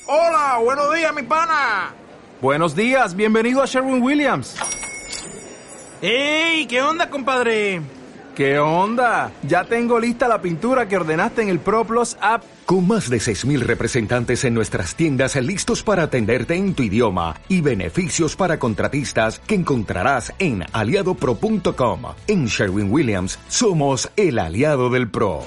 Hola, buenos días, mi pana. Buenos días, bienvenido a Sherwin-Williams. ¡Ey! ¿Qué onda, compadre? ¿Qué onda? Ya tengo lista la pintura que ordenaste en el ProPlus app. Con más de 6,000 representantes en nuestras tiendas listos para atenderte en tu idioma y beneficios para contratistas que encontrarás en aliadopro.com. En Sherwin-Williams somos el aliado del pro.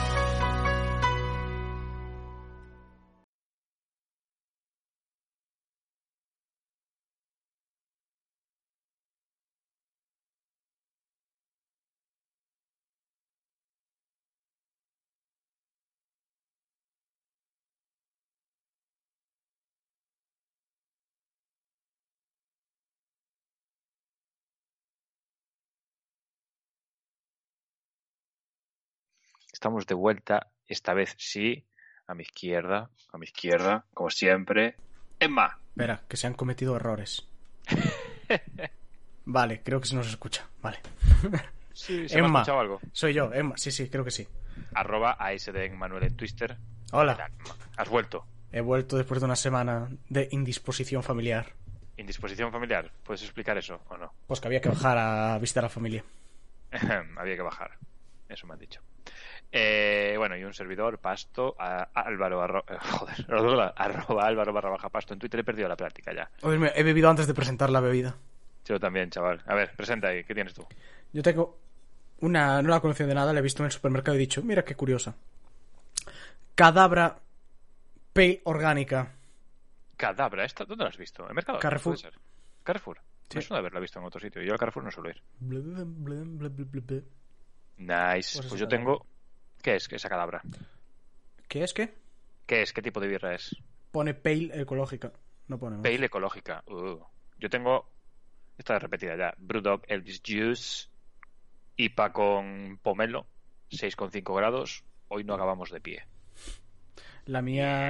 Estamos de vuelta, esta vez sí, a mi izquierda, como siempre, Emma. Espera, que se han cometido errores. Vale, creo que se nos escucha. Vale. Sí, ¿se Emma, me ha escuchado algo? soy yo, Emma. Sí, creo que sí. @ASDEnmanuel en Twitter. Hola. ¿Has vuelto? He vuelto después de una semana de indisposición familiar. ¿Indisposición familiar? ¿Puedes explicar eso o no? Pues que había que bajar a visitar a la familia. Había que bajar, eso me han dicho. Bueno, y un servidor, Pasto, Álvaro, @Álvaro_Pasto. En Twitter he perdido la práctica ya. Oye, he bebido antes de presentar la bebida. Yo también, chaval. A ver, presenta ahí, ¿qué tienes tú? Yo tengo una... No la conocía de nada, la he visto en el supermercado y he dicho, mira qué curiosa. Cadabra Pale Orgánica. Cadabra, ¿esta dónde la has visto? ¿En Mercado? Carrefour. ¿Puede ser? ¿Carrefour? Sí. Me suena haberla visto en otro sitio. Yo al Carrefour no suelo ir. Nice. Pues Pues esa yo cadabra. tengo... ¿Qué es esa cadabra? ¿Qué es qué? ¿Qué es? ¿Qué tipo de birra es? Pone Pale ecológica. No pone más. Pale ecológica. Yo tengo... Esta es repetida ya. Brewdog Elvis Juice. IPA con pomelo. 6,5 grados. Hoy no acabamos de pie. La mía,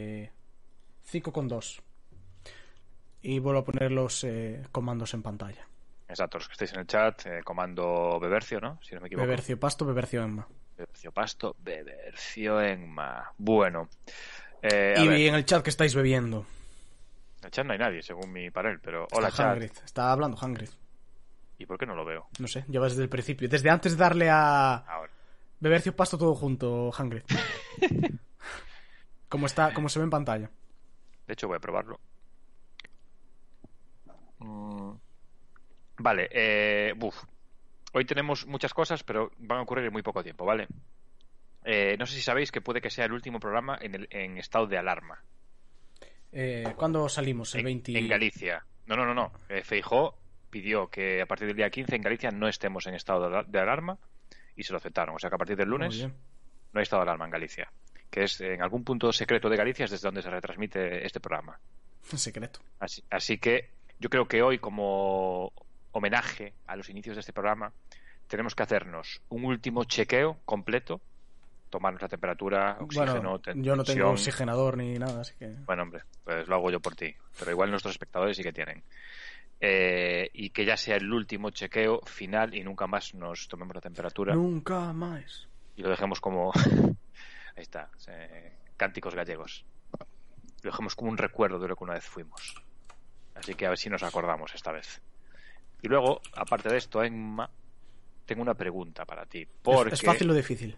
5,2. Y vuelvo a poner los comandos en pantalla. Exacto, los que estáis en el chat. Comando Bebercio, ¿no? Si no me equivoco. Bebercio Pasto, Bebercio Emma. Bebercio Pasto, Bebercio Enma. Bueno. A Y ver, en el chat que estáis bebiendo. en el chat no hay nadie, según mi panel, pero... Hola, Está chat. Hangrid. Está hablando Hangrid. ¿Y por qué no lo veo? No sé, lleva desde el principio. Desde antes de darle a Ahora. Bebercio Pasto todo junto, Hangrid. Como se ve en pantalla. De hecho, voy a probarlo. Vale, hoy tenemos muchas cosas, pero van a ocurrir en muy poco tiempo, ¿vale? No sé si sabéis que puede que sea el último programa en estado de alarma. ¿Cuándo salimos? El 20... En Galicia. No. Feijóo pidió que a partir del día 15 en Galicia no estemos en estado de alarma y se lo aceptaron. O sea que a partir del Muy lunes bien. no hay estado de alarma en Galicia. Que es en algún punto secreto de Galicia, es desde donde se retransmite este programa. Secreto. Así que yo creo que hoy, como homenaje a los inicios de este programa, tenemos que hacernos un último chequeo completo, tomarnos la temperatura, oxígeno, Bueno, yo no tengo tensión. oxigenador ni nada, así que... Bueno, hombre, pues lo hago yo por ti, pero igual nuestros espectadores sí que tienen. Y que ya sea el último chequeo final y nunca más nos tomemos la temperatura Nunca más. y lo dejemos como... Ahí está, cánticos gallegos. Lo dejemos como un recuerdo de lo que una vez fuimos. Así que a ver si nos acordamos esta vez. Y luego, aparte de esto, Emma, tengo una pregunta para ti. Porque, ¿Es fácil o difícil?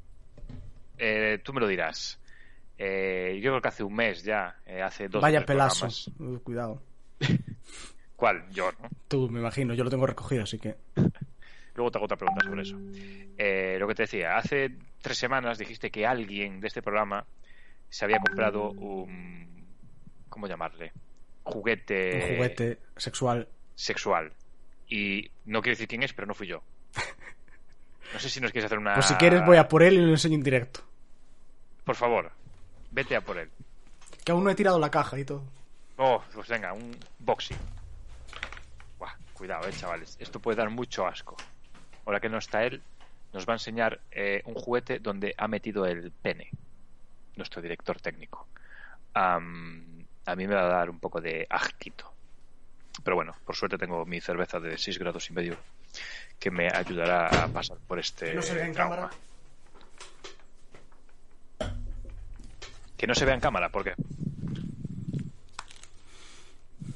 tú me lo dirás. Yo creo que hace un mes ya, hace 2 Vaya o 3 pelazo. programas. Cuidado. ¿Cuál? Yo, ¿no? Tú, me imagino. Yo lo tengo recogido, así que... Luego te hago otra pregunta sobre eso. Lo que te decía, hace 3 semanas dijiste que alguien de este programa se había comprado un... ¿Cómo llamarle? Un Juguete juguete sexual. sexual. Y no quiero decir quién es, pero no fui yo. No sé si nos quieres hacer una... Pues si quieres voy a por él y lo enseño en directo. Por favor, vete a por él. Que aún no he tirado la caja y todo. Oh, pues venga, un boxing. Buah, cuidado, chavales. Esto puede dar mucho asco. Ahora que no está él, nos va a enseñar un juguete donde ha metido el pene. Nuestro director técnico. A mí me va a dar un poco de asquito. Pero bueno, por suerte tengo mi cerveza de 6,5 grados que me ayudará a pasar por este ¿No se ve en trauma. cámara? Que no se vea en cámara, ¿por qué?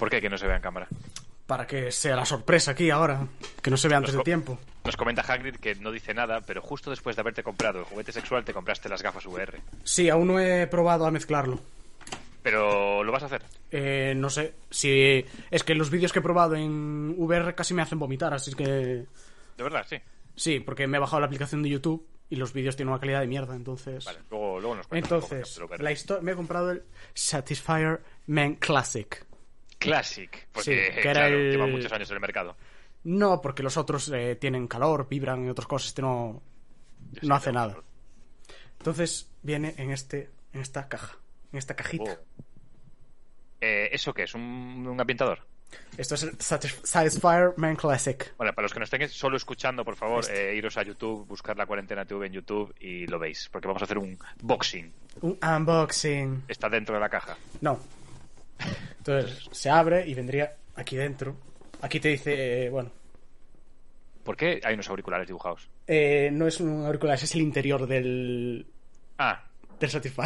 ¿Por qué que no se vea en cámara? Para que sea la sorpresa aquí ahora. Que no se vea antes de tiempo. Nos comenta Hagrid que no dice nada, pero justo después de haberte comprado el juguete sexual te compraste las gafas VR. Sí, aún no he probado a mezclarlo. ¿Pero lo vas a hacer? No sé. Si es que los vídeos que he probado en VR casi me hacen vomitar, así que... De verdad, sí. Sí, porque me he bajado la aplicación de YouTube y los vídeos tienen una calidad de mierda, entonces... Vale, luego nos cuentas. Entonces, me he comprado el Satisfyer Men Classic. Classic, porque Sí, que era lleva muchos años en el mercado. No, porque los otros tienen calor, vibran y otras cosas. Este no hace nada. Entonces viene en esta caja, en esta cajita. ¿Eso qué es? ¿Un ambientador? Esto es el Satisfyer Man Classic. Bueno, para los que nos estén solo escuchando, por favor, iros a YouTube, buscar La Cuarentena TV en YouTube y lo veis, porque vamos a hacer un boxing. Un unboxing. Está dentro de la caja. No. Entonces se abre y vendría aquí dentro. Aquí te dice, bueno... ¿Por qué hay unos auriculares dibujados? No es un auricular, es el interior del Satisfyer.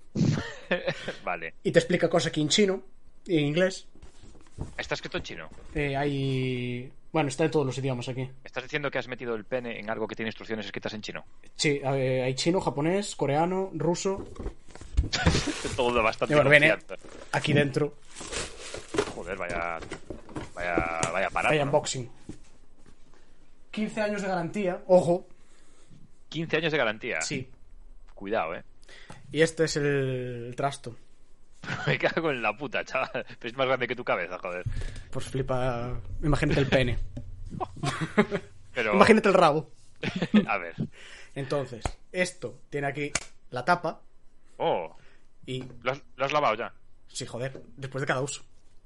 Vale. Y te explica cosas aquí en chino y en inglés. ¿Está escrito en chino? Bueno, está en todos los idiomas aquí. ¿Estás diciendo que has metido el pene en algo que tiene instrucciones escritas en chino? Sí, hay chino, japonés, coreano, ruso. Todo bastante Bueno, viene confianza. aquí dentro. Joder, vaya parado. Vaya unboxing. 15 años de garantía, ojo. 15 años de garantía. Sí. Cuidado, Y este es el trasto. Me cago en la puta, chaval. Pero es más grande que tu cabeza, joder. Pues flipa. Imagínate el pene. Pero... Imagínate el rabo. A ver. Entonces, esto tiene aquí la tapa. Oh. Y... ¿Lo has lavado ya? Sí, joder, después de cada uso.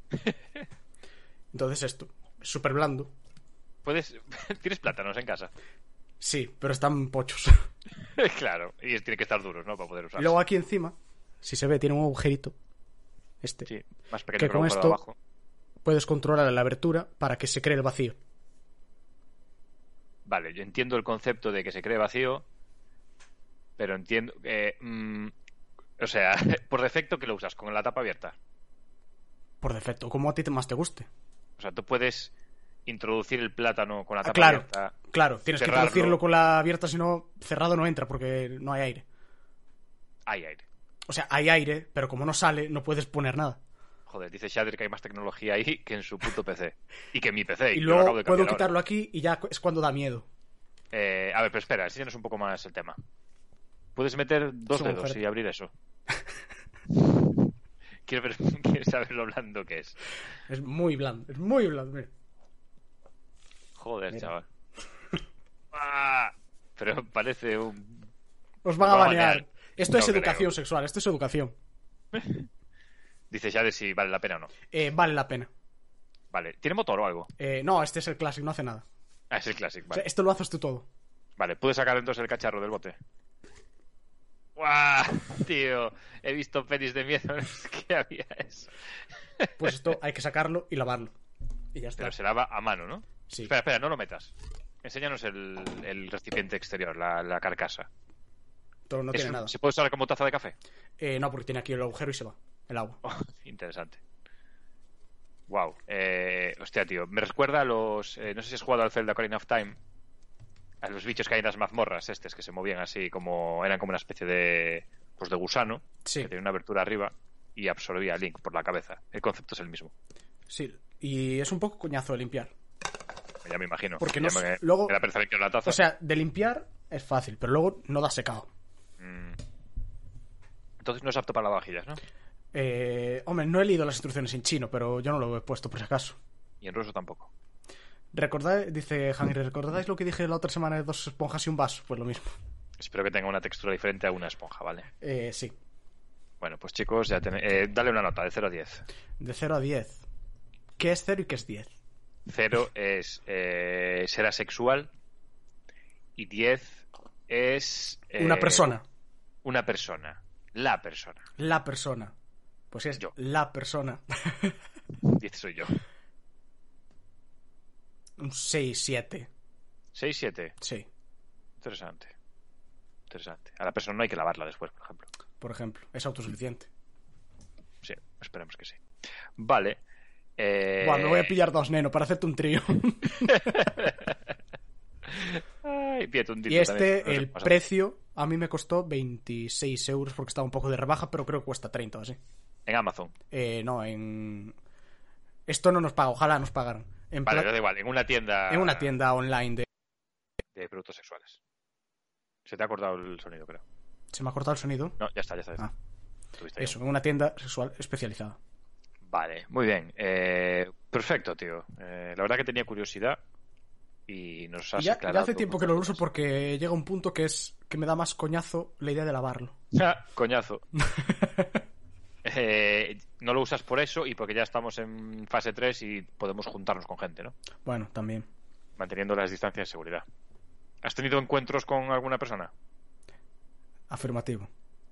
Entonces esto, es súper blando. ¿Tienes plátanos en casa? Sí, pero están pochos. Claro, y tiene que estar duros, ¿no? Para poder usarlos. Y luego aquí encima, si se ve, tiene un agujerito. Sí, más pequeño que que con el agujero de esto abajo. puedes controlar la abertura para que se cree el vacío. Vale, yo entiendo el concepto de que se cree vacío, pero entiendo... o sea, por defecto, ¿que lo usas? ¿Con la tapa abierta? Por defecto, como a ti más te guste. O sea, tú puedes introducir el plátano con la tapa Claro, abierta. claro, tienes cerrarlo. que introducirlo con la abierta, si no, cerrado no entra porque no hay aire. Hay aire. O sea, hay aire, pero como no sale, no puedes poner nada. Joder, dice Shader que hay más tecnología ahí que en su puto PC. Y que en mi PC. Y yo lo acabo luego de puedo cambiar quitarlo aquí y ya es cuando da miedo. A ver, pero espera, enséñanos un poco más el tema. Puedes meter dos Es un dedos agujero. y abrir eso. Quiero saber lo blando que es. Es muy blando, mira. Joder, Mira. chaval. ¡Ah! Pero parece un... Os van Nos a va a banear. banear. Esto es No educación creo. sexual, esto es educación. Dice Shader si vale la pena o no. Vale la pena. Vale, ¿tiene motor o algo? No, este es el clásico, no hace nada. Ah, es el Classic, O vale. sea, esto lo haces tú todo. Vale, ¿puedes sacar entonces el cacharro del bote? ¡Guau! Tío, he visto pelis de miedo. Es que había eso. Pues esto hay que sacarlo y lavarlo. Y ya está. Pero se lava a mano, ¿no? Sí. Espera, no lo metas. Enséñanos el recipiente exterior, la carcasa. Todo no tiene nada. ¿Se puede usar como taza de café? No, porque tiene aquí el agujero y se va. El agua. Oh, interesante. Wow. Hostia, tío. Me recuerda a los... no sé si has jugado al Zelda Ocarina of Time. A los bichos que hay en las mazmorras, que se movían así como... Eran como una especie de... Pues de gusano. Sí. Que tenía una abertura arriba y absorbía a Link por la cabeza. El concepto es el mismo. Sí. Y es un poco coñazo de limpiar. Ya me imagino. Porque Ya no me luego... da pereza limpiar la taza. O sea, de limpiar es fácil, pero luego no da secado. Entonces no es apto para lavavajillas, ¿no? Hombre, no he leído las instrucciones en chino, pero yo no lo he puesto por si acaso. Y en ruso tampoco. ¿Recordáis? Dice Hangry, ¿recordáis lo que dije la otra semana de 2 esponjas y un vaso? Pues lo mismo. Espero que tenga una textura diferente a una esponja, ¿vale? Sí. Bueno, pues chicos, ya dale una nota de 0 a 10. De 0 a 10. ¿Qué es 0 y qué es 10? 0 es ser asexual y 10 es... Una persona. Una persona. La persona. La persona. Pues es Yo. la persona. 10 soy yo. Un 6, 7. 6, 7. Sí, Interesante. A la persona no hay que lavarla después, por ejemplo. por ejemplo. Es autosuficiente. Sí, esperemos que sí. Vale. Buah, me voy a pillar 2, neno, para hacerte un trío. Ay, pídete un Y dildo este, también. No sé el qué pasa. precio, a mí me costó 26 euros porque estaba un poco de rebaja, pero creo que cuesta 30 o así. En Amazon. No, en... Esto no nos paga, ojalá nos pagaran. Vale, da igual, en una tienda Online de productos sexuales. Se te ha cortado el sonido, creo. ¿Se me ha cortado el sonido? No, ya está. Ah, Tuviste ahí eso, en una tienda sexual especializada. Vale, muy bien. Perfecto, tío. La verdad que tenía curiosidad y nos has Y ya aclarado hace tiempo que muchas lo uso cosas. porque llega un punto que me da más coñazo la idea de lavarlo. Coñazo. No lo usas por eso y porque ya estamos en fase 3 y podemos juntarnos con gente, ¿no? Bueno, también. Manteniendo las distancias de seguridad. ¿Has tenido encuentros con alguna persona? Afirmativo.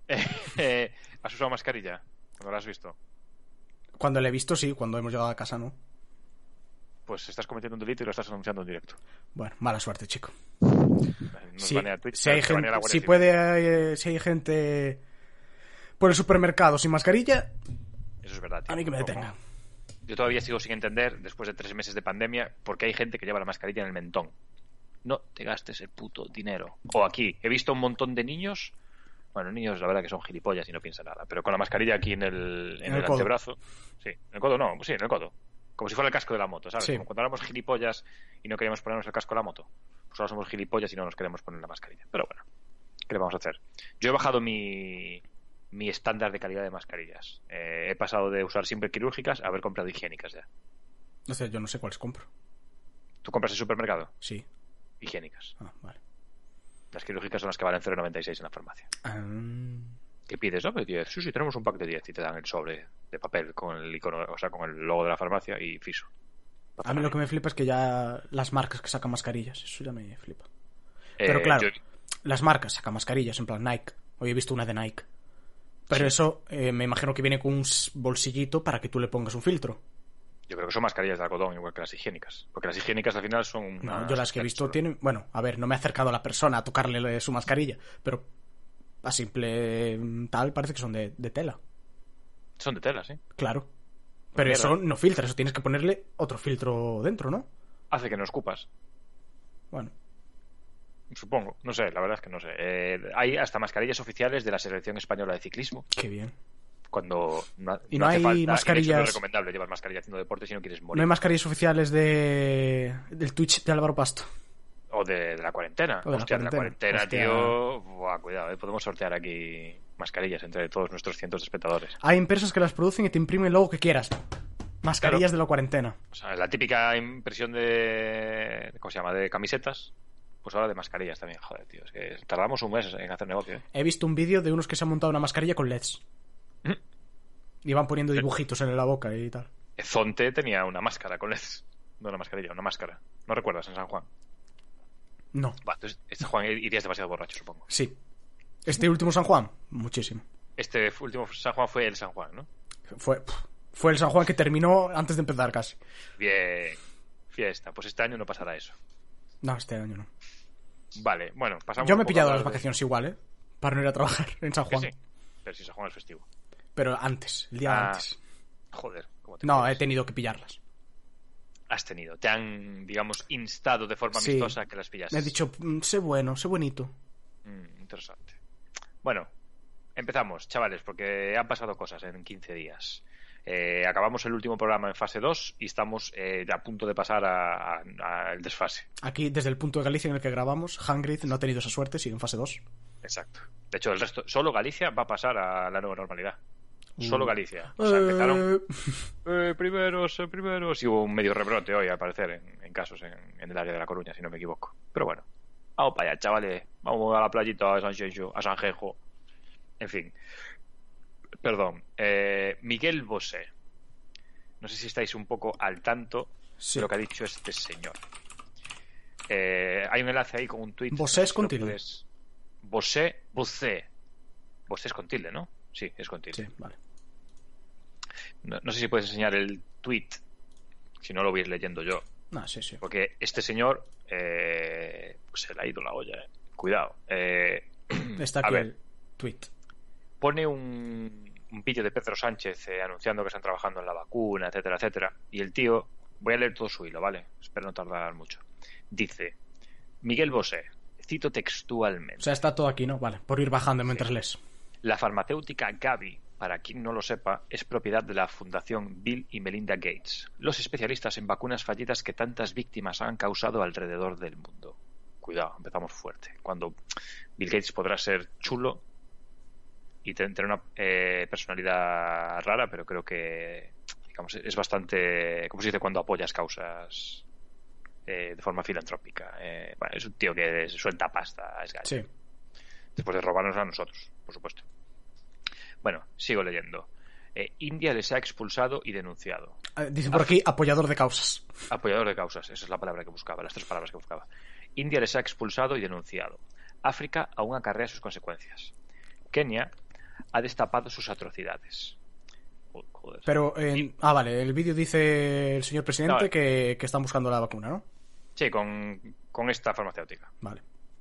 ¿Has usado mascarilla? ¿Cuando la has visto? Cuando le he visto, sí. Cuando hemos llegado a casa, no. Pues estás cometiendo un delito y lo estás anunciando en directo. Bueno, mala suerte, chico. Nos Sí, banea Twitch, si hay te banea la gente, Guardia Civil. si hay gente por el supermercado sin mascarilla, Eso es verdad, tío. a mí que me Como- detengan. Yo todavía sigo sin entender, después de 3 meses de pandemia, por qué hay gente que lleva la mascarilla en el mentón. No te gastes el puto dinero. O aquí, he visto un montón de niños. Bueno, niños, la verdad que son gilipollas y no piensan nada. Pero con la mascarilla aquí en el codo. antebrazo. Sí, en el codo no, sí, en el codo. Como si fuera el casco de la moto, ¿sabes? Sí. Como cuando éramos gilipollas y no queríamos ponernos el casco de la moto. Pues ahora somos gilipollas y no nos queremos poner la mascarilla. Pero bueno, ¿qué le vamos a hacer? Yo he bajado mi estándar de calidad de mascarillas. He pasado de usar siempre quirúrgicas a haber comprado higiénicas ya. No sé, yo no sé cuáles compro. ¿Tú compras en supermercado? Sí. Higiénicas. Ah, vale. Las quirúrgicas son las que valen 0,96 en la farmacia. ¿Qué pides? ¿No? Pues 10. Sí, tenemos un pack de 10 y te dan el sobre de papel con el icono, o sea, con el logo de la farmacia y fiso. A mí lo que me flipa es que ya las marcas que sacan mascarillas, eso ya me flipa. Pero claro, las marcas sacan mascarillas, en plan Nike. Hoy he visto una de Nike. Pero Sí. eso me imagino que viene con un bolsillito para que tú le pongas un filtro. Yo creo que son mascarillas de algodón, igual que las higiénicas. Porque las higiénicas al final son... No, yo las que he visto tienen... Bueno, a ver, no me he acercado a la persona a tocarle su mascarilla, pero a simple tal parece que son de tela. Son de tela, sí. Claro. Pero Mierda. eso no filtra, eso tienes que ponerle otro filtro dentro, ¿no? Hace que no escupas. Bueno, Supongo. No sé, la verdad es que no sé. Hay hasta mascarillas oficiales de la selección española de ciclismo. qué bien. Cuando Y no hace hay falta, y de hecho mascarillas- no es recomendable llevar mascarilla haciendo deporte si no quieres morir. No hay mascarillas oficiales del Twitch de Álvaro Pasto. O de la cuarentena. O de la Hostia, de la cuarentena. cuarentena, Hostia. tío. Buah, cuidado, podemos sortear aquí mascarillas entre todos nuestros cientos de espectadores. Hay empresas que las producen y te imprimen el logo que quieras. Mascarillas de la cuarentena. O sea, la típica impresión de... ¿Cómo se llama? De camisetas. Pues ahora de mascarillas también. Joder, tío. Es que tardamos un mes en hacer negocio, ¿eh? He visto un vídeo de unos que se han montado una mascarilla con LEDs. Y van poniendo dibujitos en la boca y tal. Zonte tenía una máscara con LEDs. No una mascarilla, una máscara. ¿No recuerdas en San Juan? No. Va, entonces, este Juan irías demasiado borracho, supongo. Sí. Este último San Juan, muchísimo. Este último San Juan fue el San Juan, ¿no? Fue el San Juan que terminó antes de empezar casi. Bien. Fiesta. Pues este año no pasará eso. No, este año no. Vale, bueno, pasamos. Yo me he un poco pillado a las hablar de- vacaciones igual, ¿eh? Para no ir a trabajar en San Que Juan. sí, pero si San Juan es festivo. Pero antes, el día antes. Joder, ¿cómo te No, puedes? he tenido que pillarlas. Has tenido. Te han, digamos, instado de forma Sí. amistosa a que las pillas. Me he dicho, sé bueno, sé bonito. Interesante. Bueno, empezamos, chavales, porque han pasado cosas en 15 días. Acabamos el último programa en fase 2 y estamos a punto de pasar al desfase. Aquí, desde el punto de Galicia en el que grabamos, Hangrid no ha tenido esa suerte, sigue en fase 2. Exacto. De hecho, el resto, solo Galicia va a pasar a la nueva normalidad. Solo Galicia. O sea, empezaron primeros y hubo un medio rebrote hoy, al parecer, en casos en el área de La Coruña, si no me equivoco. Pero bueno, vamos para allá, chavales. Vamos a la playita, a San Jejo. En fin. Perdón. Miguel Bosé. No sé si estáis un poco al tanto Sí. de lo que ha dicho este señor. Hay un enlace ahí con un tweet. Bosé es con tilde. Bosé. Bosé es con tilde, ¿no? Sí, es con tilde. Sí, vale. No sé si puedes enseñar el tweet. Si no, lo voy a ir leyendo yo. No, sí, sí. Porque este señor pues se le ha ido la olla. Cuidado. Está a aquí ver. el tweet. Pone un un vídeo de Pedro Sánchez anunciando que están trabajando en la vacuna, etcétera, etcétera. Y el tío, voy a leer todo su hilo, ¿vale? Espero no tardar mucho. Dice, Miguel Bosé, cito textualmente. O sea, está todo aquí, ¿no? Vale, por ir bajando mientras lees. La farmacéutica Gavi, para quien no lo sepa, es propiedad de la Fundación Bill y Melinda Gates, los especialistas en vacunas fallidas que tantas víctimas han causado alrededor del mundo. Cuidado, empezamos fuerte. Cuando Bill Gates podrá ser chulo y tener una personalidad rara, pero creo que, digamos, es bastante, ¿cómo se dice cuando apoyas causas de forma filantrópica? Bueno, es un tío que suelta pasta, es gallo. Sí. Después de robarnos a nosotros, por supuesto. Bueno, sigo leyendo. India les ha expulsado y denunciado. Dice por aquí, apoyador de causas. Apoyador de causas, esa es la palabra que buscaba, las 3 palabras que buscaba. India les ha expulsado y denunciado. África aún acarrea sus consecuencias. Kenia ha destapado sus atrocidades. Joder. Pero, vale, el vídeo dice el señor presidente No, que están buscando la vacuna, ¿no? Sí, con esta farmacéutica. Vale.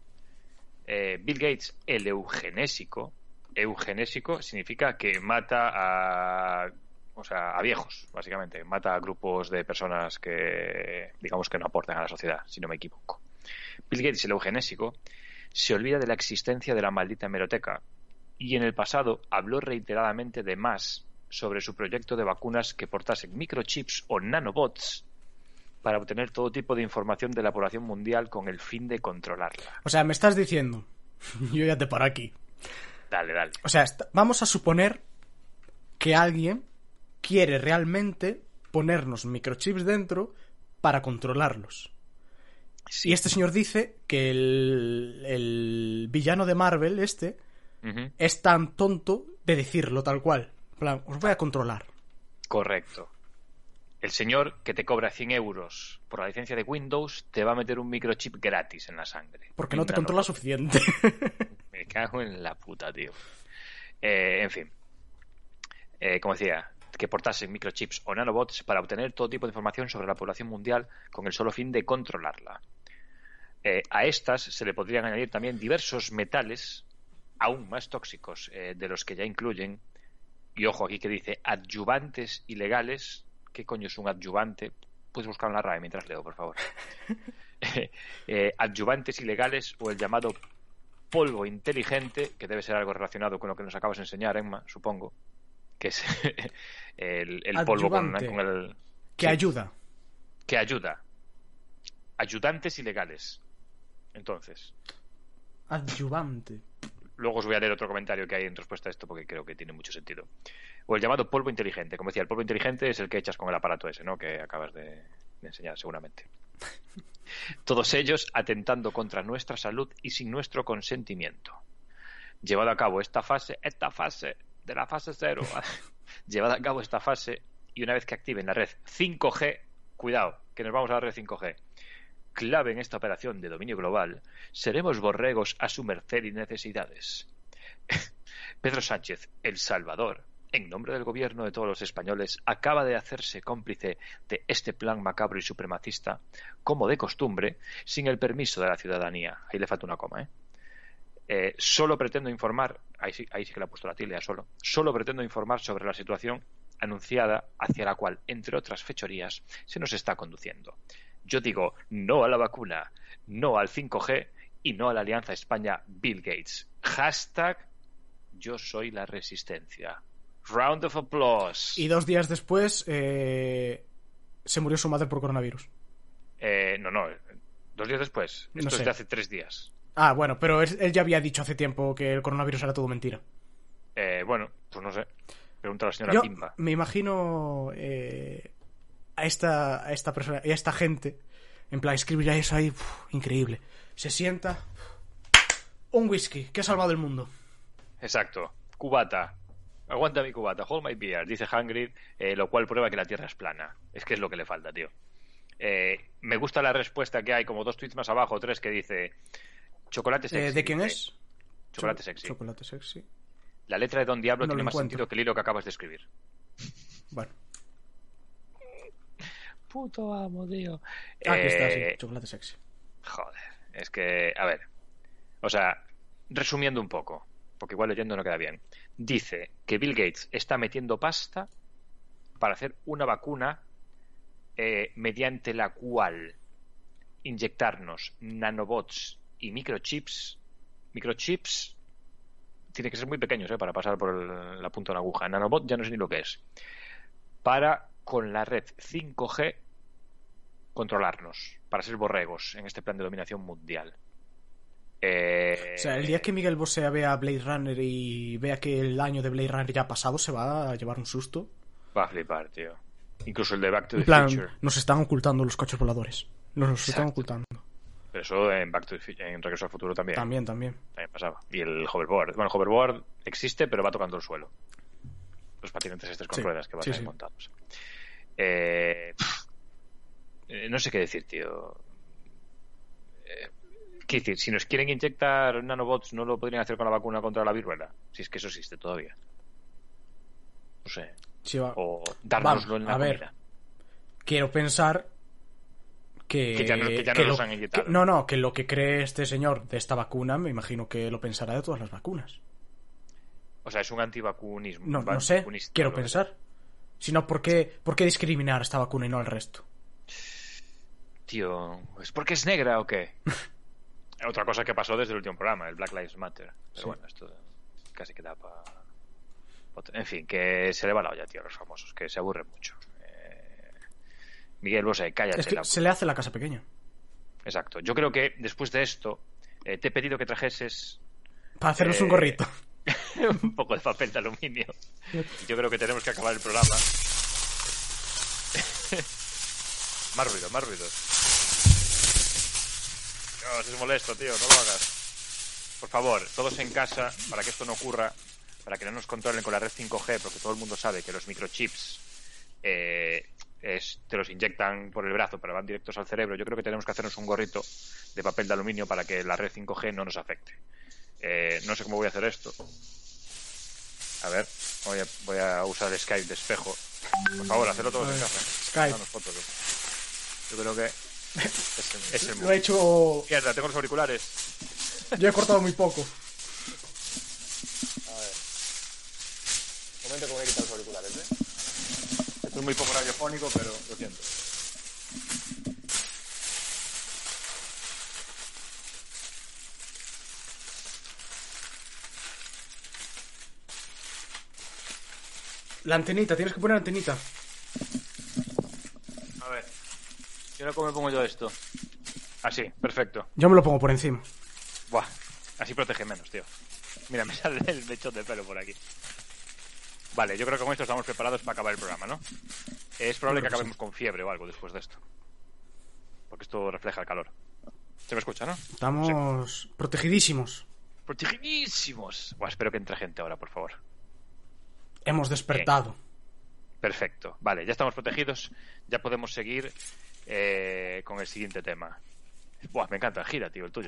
Bill Gates, el eugenésico significa que mata a viejos, básicamente. Mata a grupos de personas que, digamos, que no aportan a la sociedad, si no me equivoco. Bill Gates, el eugenésico, se olvida de la existencia de la maldita hemeroteca y en el pasado habló reiteradamente de más sobre su proyecto de vacunas que portasen microchips o nanobots para obtener todo tipo de información de la población mundial con el fin de controlarla. O sea, me estás diciendo, yo ya te paro aquí. Dale. O sea, vamos a suponer que alguien quiere realmente ponernos microchips dentro para controlarlos. Sí. Y este señor dice que el villano de Marvel, es tan tonto de decirlo tal cual. En plan, os voy a controlar. Correcto. El señor que te cobra 100 euros por la licencia de Windows te va a meter un microchip gratis en la sangre. Porque no te controla suficiente. Me cago en la puta, tío. En fin. Como decía, que portasen microchips o nanobots para obtener todo tipo de información sobre la población mundial con el solo fin de controlarla. A estas se le podrían añadir también diversos metales aún más tóxicos de los que ya incluyen, y ojo aquí que dice adyuvantes ilegales. ¿Qué coño es un adyuvante? Puedes buscar en la RAE mientras leo, por favor. Adyuvantes ilegales o el llamado polvo inteligente, que debe ser algo relacionado con lo que nos acabas de enseñar, Emma, supongo, que es el polvo con el... Que ayuda. Que ayuda. Ayudantes ilegales. Entonces. Adyuvante. Luego os voy a leer otro comentario que hay en respuesta a esto porque creo que tiene mucho sentido. O el llamado polvo inteligente. Como decía, el polvo inteligente es el que echas con el aparato ese, ¿no? Que acabas de enseñar seguramente. Todos ellos atentando contra nuestra salud y sin nuestro consentimiento. Llevado a cabo esta fase de la fase 0, llevada a cabo esta fase y una vez que activen la red 5G, cuidado, que nos vamos a la red 5G, clave en esta operación de dominio global, seremos borregos a su merced y necesidades. Pedro Sánchez, El Salvador, en nombre del gobierno de todos los españoles, acaba de hacerse cómplice de este plan macabro y supremacista, como de costumbre, sin el permiso de la ciudadanía. Ahí le falta una coma, solo pretendo informar, ahí sí que le ha puesto la tilde a solo pretendo informar sobre la situación anunciada hacia la cual, entre otras fechorías, se nos está conduciendo. Yo digo no a la vacuna, no al 5G y no a la alianza España-Bill Gates. # yo soy la resistencia. Round of applause. Y 2 días después se murió su madre por coronavirus. No, 2 días después. Esto es de hace 3 días. Ah, bueno, pero él ya había dicho hace tiempo que el coronavirus era todo mentira. Bueno, pues no sé. Pregunta a la señora Pimba. Me imagino a esta persona y a esta gente, en plan, escribirá eso ahí, increíble. Se sienta, un whisky, que ha salvado el mundo. Exacto. Cubata. Aguanta mi cubata. Hold my beer, dice Hagrid, lo cual prueba que la Tierra es plana. Es que es lo que le falta, tío. Me gusta la respuesta que hay, como 2 tweets más abajo, 3, que dice chocolate sexy. ¿De quién es? Chocolate sexy. Chocolate sexy. La letra de Don Diablo tiene más sentido que el hilo que acabas de escribir. Bueno. Puto amo, tío. Aquí está, sí. Chocolate sexy. Joder. Es que, a ver. O sea, resumiendo un poco, porque igual leyendo no queda bien. Dice que Bill Gates está metiendo pasta para hacer una vacuna mediante la cual inyectarnos nanobots y microchips. Microchips tiene que ser muy pequeños para pasar por la punta de una aguja. Nanobot ya no sé ni lo que es. Para, con la red 5G, controlarnos, para ser borregos en este plan de dominación mundial. O sea, el día que Miguel Bosé vea Blade Runner y vea que el año de Blade Runner ya ha pasado, se va a llevar un susto. Va a flipar, tío. Incluso el de Back to the En plan, Future. nos están ocultando los coches voladores. Nos están ocultando. Pero eso en Back to the Future, en Regreso al Futuro también. También. También pasaba. Y el hoverboard. Bueno, el hoverboard existe, pero va tocando el suelo. Los patinetes estos con ruedas que vas ahí montados. No sé qué decir, tío. ¿Qué decir? Si nos quieren inyectar nanobots, ¿no lo podrían hacer con la vacuna contra la viruela? Si es que eso existe todavía. No sé. Sí, o dárnoslo en la comida. Quiero pensar que ya no los han inyectado. Que lo que cree este señor de esta vacuna, me imagino que lo pensará de todas las vacunas. O sea, es un antivacunismo. No sé, quiero pensar. Si no, ¿por qué discriminar esta vacuna y no al resto? Tío, ¿es porque es negra o qué? Otra cosa que pasó desde el último programa, el Black Lives Matter. Pero bueno, esto casi queda para... En fin, que se le va la olla, tío, a los famosos, que se aburren mucho. Miguel Bosé, cállate. Es que se le hace la casa pequeña. Exacto. Yo creo que después de esto te he pedido que trajeses... Para hacernos un gorrito. un poco de papel de aluminio. Yo creo que tenemos que acabar el programa. Más ruido. No, es molesto, tío, no lo hagas. Por favor, todos en casa, para que esto no ocurra, para que no nos controlen con la red 5G, porque todo el mundo sabe que los microchips te los inyectan por el brazo, pero van directos al cerebro. Yo creo que tenemos que hacernos un gorrito de papel de aluminio para que la red 5G no nos afecte. No sé cómo voy a hacer esto. A ver, voy a usar el Skype de espejo. Por favor, hacedlo todos en casa. Skype. Fotos, yo creo que es el Lo he hecho... Mierda, tengo los auriculares. Yo he cortado muy poco. A ver. Un momento que voy a quitar los auriculares, Esto es muy poco radiofónico, pero lo siento. La antenita, tienes que poner antenita. A ver. Yo no cómo me pongo yo esto. Así, perfecto. Yo me lo pongo por encima. Buah, así protege menos, tío. Mira, me sale el mechón de pelo por aquí. Vale, yo creo que con esto estamos preparados para acabar el programa, ¿no? Es probable que acabemos con fiebre o algo después de esto. Porque esto refleja el calor. ¿Se me escucha, no? Estamos protegidísimos. ¡Protegidísimos! Buah, espero que entre gente ahora, por favor. Hemos despertado. Bien. Perfecto. Vale, ya estamos protegidos. Ya podemos seguir con el siguiente tema. Buah, me encanta. Gira, tío, el tuyo.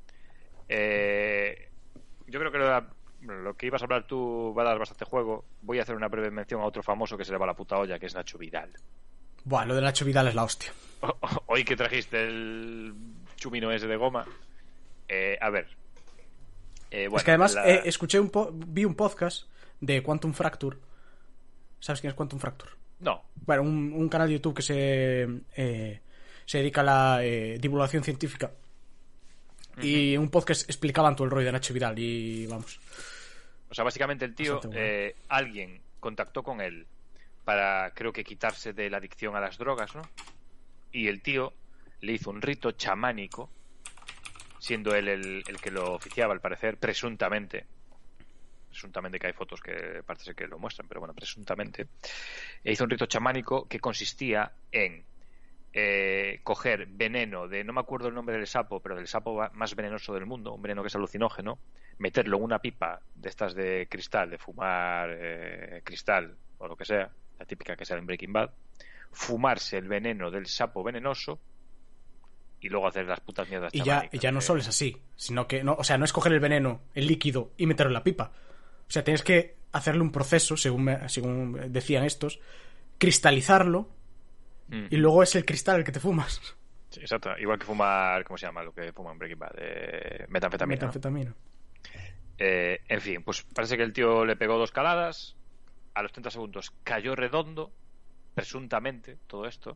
Yo creo que lo que ibas a hablar tú va a dar bastante juego. Voy a hacer una breve mención a otro famoso que se le va la puta olla, que es Nacho Vidal. Buah, lo de Nacho Vidal es la hostia. Hoy que trajiste el chumino ese de goma. A ver. Bueno, es que además vi un podcast de Quantum Fracture. ¿Sabes quién es Quantum Fracture? No. Bueno, un canal de YouTube que se dedica a la divulgación científica. Uh-huh. Y un podcast explicaban todo el rollo de Nacho Vidal y vamos. O sea, básicamente el tío, alguien contactó con él para, creo que, quitarse de la adicción a las drogas, ¿no? Y el tío le hizo un rito chamánico, siendo él el que lo oficiaba, al parecer, presuntamente, que hay fotos que parece que lo muestran, pero bueno, presuntamente, hizo un rito chamánico que consistía en coger veneno de, no me acuerdo el nombre del sapo, pero del sapo más venenoso del mundo, un veneno que es alucinógeno, meterlo en una pipa de estas de cristal, de fumar cristal o lo que sea, la típica que sale en Breaking Bad, fumarse el veneno del sapo venenoso y luego hacer las putas mierdas chamánicas. Y ya no solo es así, sino que no, o sea, no es coger el veneno, el líquido y meterlo en la pipa. O sea, tienes que hacerle un proceso, según decían estos, cristalizarlo y luego es el cristal el que te fumas. Sí, exacto. Igual que fumar, ¿cómo se llama? Lo que fuma en Breaking Bad, metanfetamina. Metanfetamina. En fin, pues parece que el tío le pegó 2 caladas. A los 30 segundos cayó redondo, presuntamente, todo esto.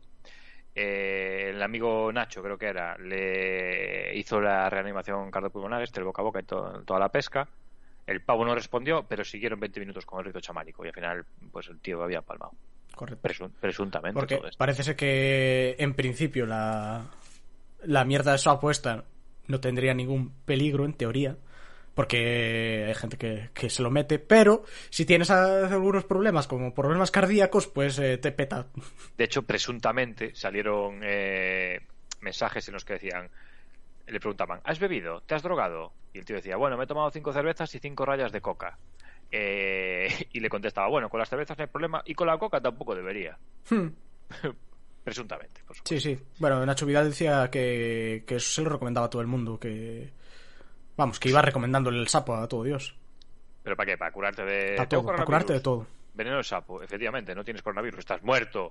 El amigo Nacho, creo que era, le hizo la reanimación cardiopulmonar, el boca a boca y toda la pesca. El pavo no respondió, pero siguieron 20 minutos con el rito chamánico y al final pues el tío había palmado. Correcto. Presuntamente. Porque todo esto. parece ser que en principio la mierda de sapo esta no tendría ningún peligro en teoría, porque hay gente que se lo mete, pero si tienes algunos problemas, como problemas cardíacos, pues te peta. De hecho, presuntamente salieron mensajes en los que decían, le preguntaban, ¿has bebido? ¿Te has drogado? Y el tío decía, bueno, me he tomado 5 cervezas y 5 rayas de coca. Y le contestaba, bueno, con las cervezas no hay problema y con la coca tampoco debería. Presuntamente, por supuesto. Sí. Bueno, Nacho Vidal decía que eso se lo recomendaba a todo el mundo, que iba recomendándole el sapo a todo Dios. ¿Pero para qué? ¿Para curarte de todo? Para curarte de todo. Veneno de sapo, efectivamente, no tienes coronavirus, estás muerto.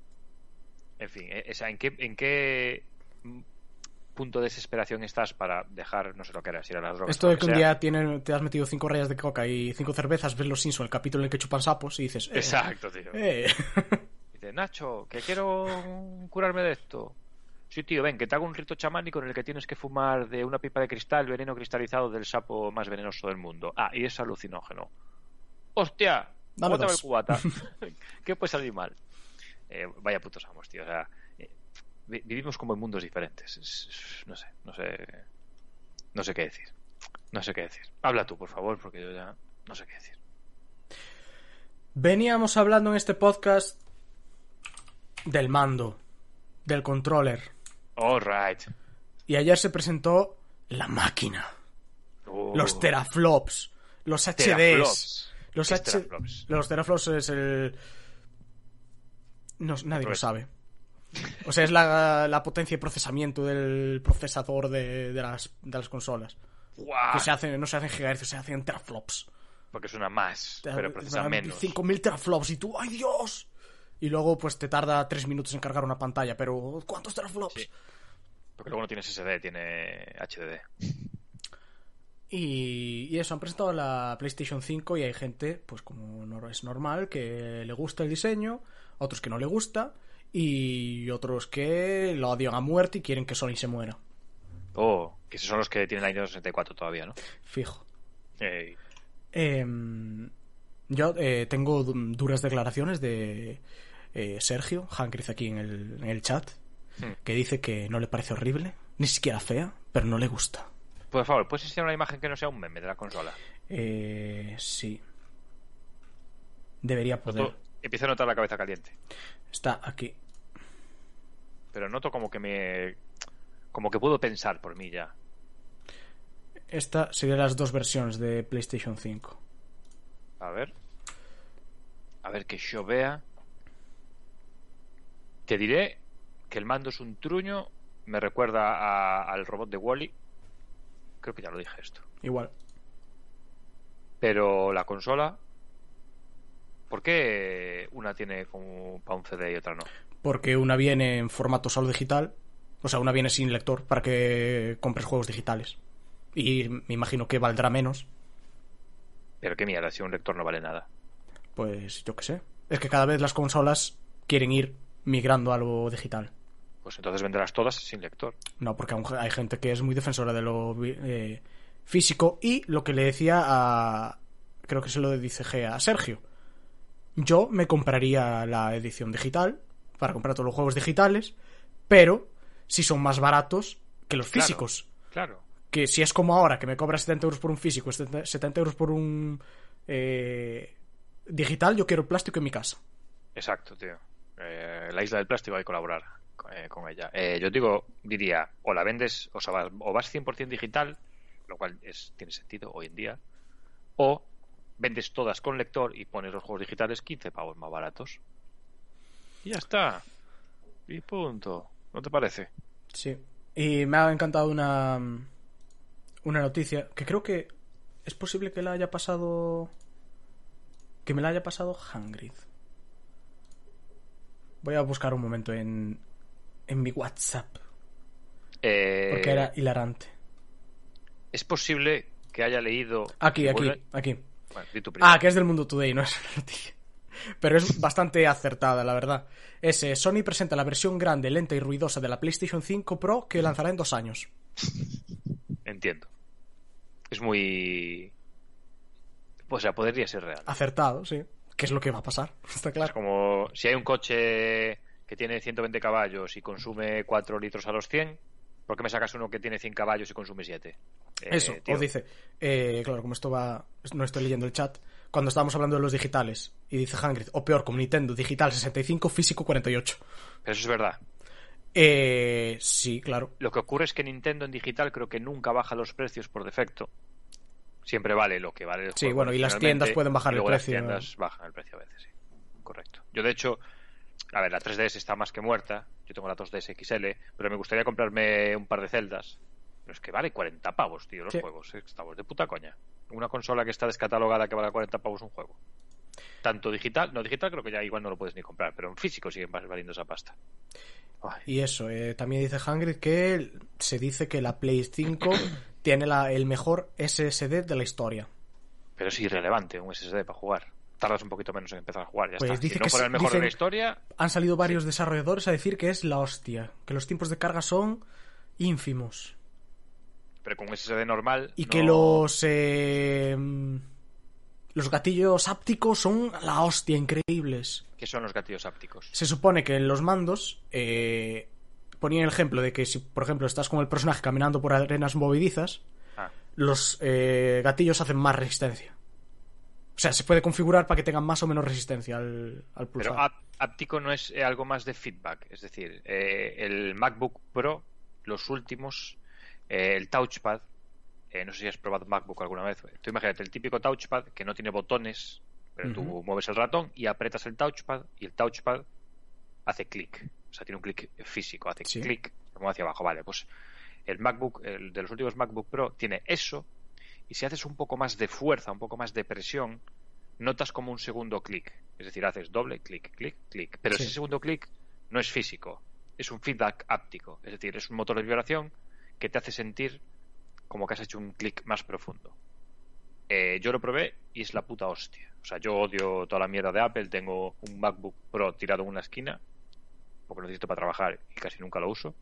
En fin, ¿en qué punto de desesperación estás para dejar, no sé lo que era, si era las drogas? Esto de que un día te has metido 5 rayas de coca y 5 cervezas, ves los Simpsons, el capítulo en el que chupan sapos y dices... Exacto, tío. Dice, Nacho, que quiero curarme de esto. Sí, tío, ven, que te hago un rito chamánico en el que tienes que fumar de una pipa de cristal veneno cristalizado del sapo más venenoso del mundo. Ah, y es alucinógeno. ¡Hostia! Dame Bótame 2. el cubata. ¿Qué puede salir mal? Vaya putos amos, tío. O sea, vivimos como en mundos diferentes. No sé qué decir. No sé qué decir. Habla tú, por favor, porque yo ya no sé qué decir. Veníamos hablando en este podcast del mando, del controller. All right. Y ayer se presentó la máquina. Los teraflops. Los HDs. Teraflops. Los teraflops es el... No, nadie lo sabe. O sea, es la potencia y procesamiento del procesador de las consolas. ¡Guau! Que no se hacen gigahercios, se hacen teraflops. Porque suena más, pero procesa menos. 5000 teraflops y tú, ¡ay Dios! Y luego pues te tarda 3 minutos en cargar una pantalla, pero ¿cuántos teraflops? Sí. Porque luego no tiene SSD, tiene HDD. Y eso, han presentado la PlayStation 5 y hay gente, pues como no es normal, que le gusta el diseño, otros que no le gusta y otros que lo odian a muerte y quieren que Sony se muera. Oh, que esos son los que tienen la Nintendo 64 todavía, ¿no? Fijo. Hey. Yo tengo duras declaraciones de Sergio Hankriz aquí en el chat, que dice que no le parece horrible, ni siquiera fea, pero no le gusta. Por favor, ¿puedes enseñar una imagen que no sea un meme de la consola? Sí. Debería poder. Empiezo a notar la cabeza caliente. Está aquí. Pero noto como que puedo pensar por mí ya. Esta sería las 2 versiones de PlayStation 5. A ver que yo vea. Te diré que el mando es un truño. Me recuerda al robot de Wall-E. Creo que ya lo dije esto. Igual. Pero la consola, ¿por qué una tiene como para un CD y otra no? Porque una viene en formato solo digital. O sea, una viene sin lector para que compres juegos digitales. Y me imagino que valdrá menos. Pero qué mierda, si un lector no vale nada. Pues yo qué sé. Es que cada vez las consolas quieren ir migrando a lo digital. Pues entonces venderás todas sin lector. No, porque aún hay gente que es muy defensora de lo físico. Y lo que le decía creo que se lo dice G a Sergio. Yo me compraría la edición digital para comprar todos los juegos digitales, pero si son más baratos que los físicos. Claro. Que si es como ahora, que me cobra 70 euros por un físico, 70 euros por un digital, yo quiero el plástico en mi casa. Exacto, tío. La isla del plástico hay que colaborar con ella. Yo diría, o la vendes, o vas 100% digital, lo cual tiene sentido hoy en día, o vendes todas con lector y pones los juegos digitales 15 pavos más baratos. Y ya está. Y punto. ¿No te parece? Sí. Y me ha encantado una noticia que creo que es posible que me la haya pasado Hangrid. Voy a buscar un momento en mi WhatsApp porque era hilarante. Es posible que haya leído... Aquí. Bueno, di tú primero. Que es del Mundo Today, no es una noticia. Pero es bastante acertada, la verdad. Sony presenta la versión grande, lenta y ruidosa de la PlayStation 5 Pro que lanzará en 2 años. Entiendo. Es muy... O sea, podría ser real. Acertado, sí. ¿Qué es lo que va a pasar? Está claro. Es como si hay un coche que tiene 120 caballos y consume 4 litros a los 100, ¿por qué me sacas uno que tiene 100 caballos y consume 7? Eso, tío. os dice, claro, como esto va, no estoy leyendo el chat, cuando estábamos hablando de los digitales, y dice Hangrid, o peor, como Nintendo, digital 65, físico 48. Pero eso es verdad. Sí, claro. Lo que ocurre es que Nintendo en digital creo que nunca baja los precios por defecto. Siempre vale lo que vale el juego. Sí, bueno, y las tiendas pueden bajar el precio. Las tiendas bajan el precio a veces, sí. Correcto. Yo, de hecho, a ver, la 3DS está más que muerta. Yo tengo la 2DS XL, pero me gustaría comprarme un par de Zeldas. Pero es que vale 40 pavos, tío, los juegos. Estamos de puta coña. Una consola que está descatalogada que vale 40 pavos un juego. Tanto digital, no digital creo que ya igual no lo puedes ni comprar, pero en físico siguen valiendo esa pasta. Ay. Y eso, también dice Hangrid que se dice que la Play 5 tiene el mejor SSD de la historia. Pero es irrelevante un SSD para jugar. Tardas un poquito menos en empezar a jugar, ya pues está. Dice si no que fuera el mejor de la historia... Han salido varios desarrolladores a decir que es la hostia, que los tiempos de carga son ínfimos. Pero con un SSD normal... Y no... que los gatillos ápticos son la hostia, increíbles. ¿Qué son los gatillos ápticos? Se supone que en los mandos ponían el ejemplo de que si, por ejemplo, estás con el personaje caminando por arenas movedizas, los gatillos hacen más resistencia. O sea, se puede configurar para que tengan más o menos resistencia al pulsar. Pero áptico no es algo más de feedback. Es decir, el MacBook Pro, los últimos, el touchpad, no sé si has probado MacBook alguna vez. Tú imagínate el típico touchpad que no tiene botones, pero tú mueves el ratón y aprietas el touchpad y el touchpad hace clic. O sea, tiene un clic físico, hace clic como hacia abajo. Vale, pues el MacBook, el de los últimos MacBook Pro, tiene eso. Y si haces un poco más de fuerza, un poco más de presión, notas como un segundo clic. Es decir, haces doble clic, clic, clic. Pero ese segundo clic no es físico, es un feedback áptico. Es decir, es un motor de vibración que te hace sentir como que has hecho un clic más profundo. Yo lo probé y es la puta hostia. O sea, yo odio toda la mierda de Apple. Tengo un MacBook Pro tirado en una esquina porque lo necesito para trabajar y casi nunca lo uso.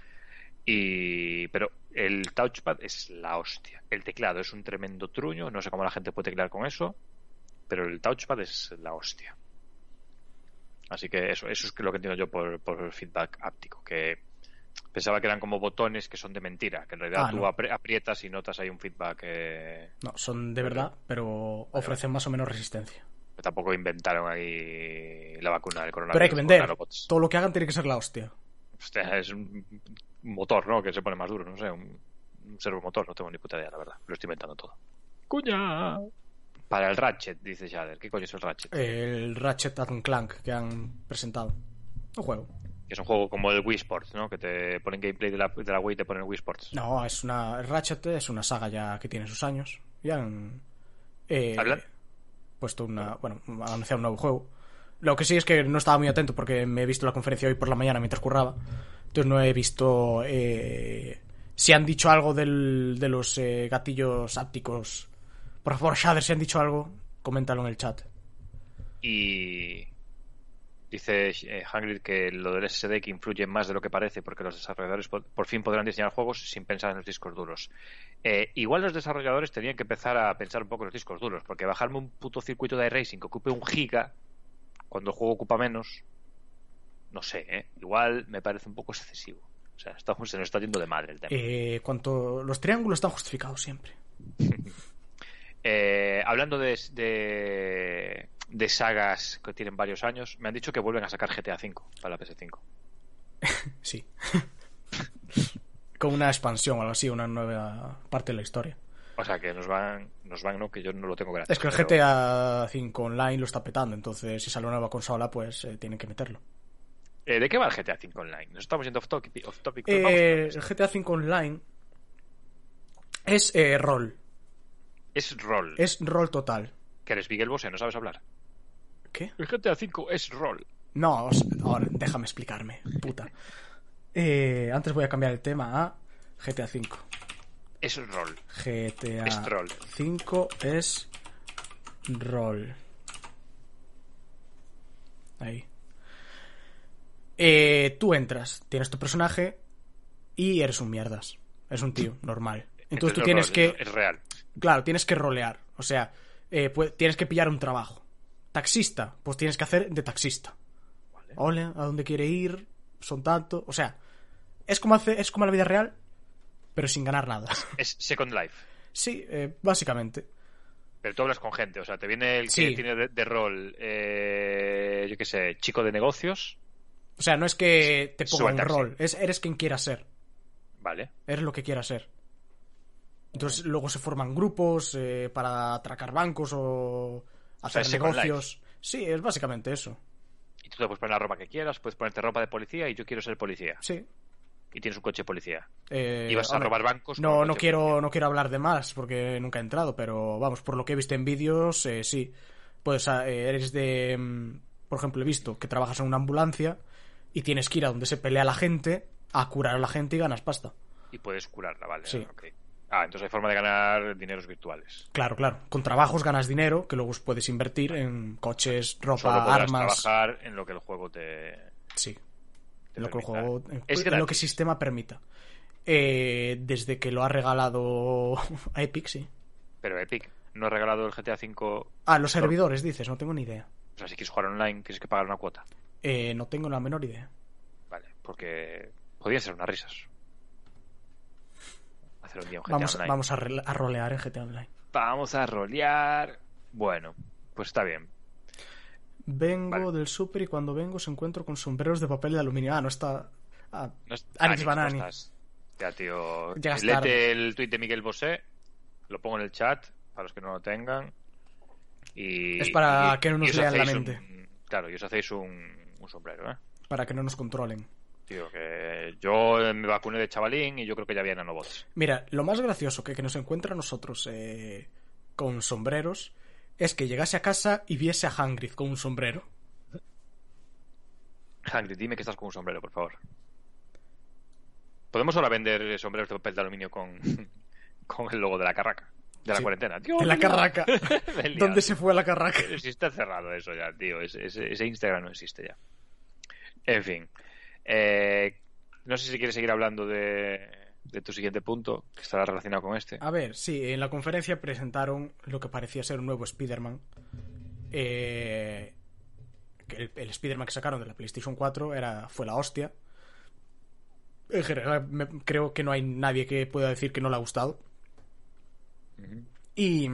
Pero el touchpad es la hostia. El teclado es un tremendo truño. No sé cómo la gente puede teclear con eso, pero el touchpad es la hostia. Así que eso es lo que entiendo yo por feedback áptico. Que pensaba que eran como botones que son de mentira, que en realidad tú aprietas y notas ahí un feedback. No, son de verdad, pero ofrecen más o menos resistencia. Tampoco inventaron ahí la vacuna del coronavirus. Pero hay que vender. Todo lo que hagan tiene que ser la hostia. Hostia, es un motor, ¿no? Que se pone más duro, no sé, un servomotor, no tengo ni puta idea, la verdad. Lo estoy inventando todo. ¡Cuña! Para el Ratchet, dice Shader. ¿Qué coño es el Ratchet? El Ratchet & Clank que han presentado. Un juego. Que es un juego como el Wii Sports, ¿no? Que te ponen gameplay de la Wii y te ponen Wii Sports. No, el Ratchet es una saga ya que tiene sus años. Ya han puesto han anunciado un nuevo juego. Lo que sí es que no estaba muy atento porque me he visto la conferencia hoy por la mañana mientras curraba. Entonces no he visto si han dicho algo de los gatillos ápticos. Por favor, Shader, si han dicho algo, coméntalo en el chat. Y dice Hangrid que lo del SSD que influye más de lo que parece porque los desarrolladores por fin podrán diseñar juegos sin pensar en los discos duros. Igual los desarrolladores tenían que empezar a pensar un poco en los discos duros, porque bajarme un puto circuito de iRacing que ocupe 1 giga cuando el juego ocupa menos, no sé, igual me parece un poco excesivo. O sea, se nos está yendo de madre el tema. Los triángulos están justificados siempre. Hablando de sagas que tienen varios años, me han dicho que vuelven a sacar GTA V para la PS5. Sí. Con una expansión o algo así, una nueva parte de la historia. O sea, que nos van, no, que yo no lo tengo gratis. Es que el GTA V Online lo está petando, entonces si sale una nueva consola, pues tienen que meterlo. ¿De qué va el GTA V Online? Nos estamos yendo off topic. El GTA V Online es rol. Es rol. Es rol total. ¿Que eres Miguel Bosé? ¿No sabes hablar? ¿Qué? El GTA V es rol. No, ahora déjame explicarme, puta. Antes voy a cambiar el tema a GTA V. Es rol. GTA Es rol. 5 es rol. Ahí. Tú entras, tienes tu personaje y eres un mierdas. Es un tío normal. Entonces tú tienes que... Es real. Claro, tienes que rolear. O sea, tienes que pillar un trabajo. Taxista, pues tienes que hacer de taxista. Vale. Hola, ¿a dónde quiere ir? Son tanto... O sea, es como la vida real, pero sin ganar nada. Es Second Life. Sí, básicamente. Pero tú hablas con gente, o sea, te viene el que Sí. tiene de rol, yo qué sé, chico de negocios. O sea, no es que te Sube ponga al un taxi. rol, eres quien quieras ser. Vale. Eres lo que quieras ser. Entonces luego se forman grupos para atracar bancos o hacer es Second negocios. Sí, es básicamente eso. Y tú te puedes poner la ropa que quieras, puedes ponerte ropa de policía y yo quiero ser policía. Sí. Y tienes un coche de policía. Y vas a hombre, robar bancos. con No, un no coche de policía. quiero hablar de más porque nunca he entrado, pero vamos, por lo que he visto en vídeos, sí. Pues eres de... por ejemplo, he visto que trabajas en una ambulancia y tienes que ir a donde se pelea la gente a curar a la gente y ganas pasta. Y puedes curarla, vale. Sí. Ok. Entonces hay forma de ganar dineros virtuales. Claro. Con trabajos ganas dinero que luego puedes invertir en coches, ropa, Solo podrás armas. trabajar en lo que el juego te... Sí. te Lo que el permita. juego, Es en lo que gratis. el sistema permita. Desde que lo ha regalado a Epic, sí. Pero Epic no ha regalado el GTA V. Los servidores, dices, no tengo ni idea. O sea, si quieres jugar online, tienes que pagar una cuota. No tengo la menor idea. Vale, porque podrían ser unas risas. Hacer un día un GTA Online. Vamos a rolear en GTA Online. Vamos a rolear. Bueno, pues está bien. Vengo Vale. del súper y cuando vengo se encuentro con sombreros de papel de aluminio. No está... No es- Alex Nix, Banani. no estás. Ya, tío. Llegas Léete tarde. el tuit de Miguel Bosé. Lo pongo en el chat para los que no lo tengan. Y, Es para y- que no nos y os lean la hacéis mente. Claro, y os hacéis un sombrero, ¿eh? Para que no nos controlen. Tío, que yo me vacuné de chavalín y yo creo que ya había nanobots. Mira, lo más gracioso que nos encuentra a nosotros con sombreros es que llegase a casa y viese a Hagrid con un sombrero. Hagrid, dime que estás con un sombrero, por favor. ¿Podemos ahora vender sombreros de papel de aluminio con el logo de la carraca? De la Sí. cuarentena. Tío, En la me he liado. carraca. Me he liado. ¿Dónde se fue la carraca? Pero si está cerrado eso ya, tío. Ese Instagram no existe ya. En fin. No sé si quieres seguir hablando de tu siguiente punto, que estará relacionado con este. A ver, sí, en la conferencia presentaron lo que parecía ser un nuevo Spider-Man. Que el Spider-Man que sacaron de la PlayStation 4 fue la hostia. En general, creo que no hay nadie que pueda decir que no le ha gustado. Y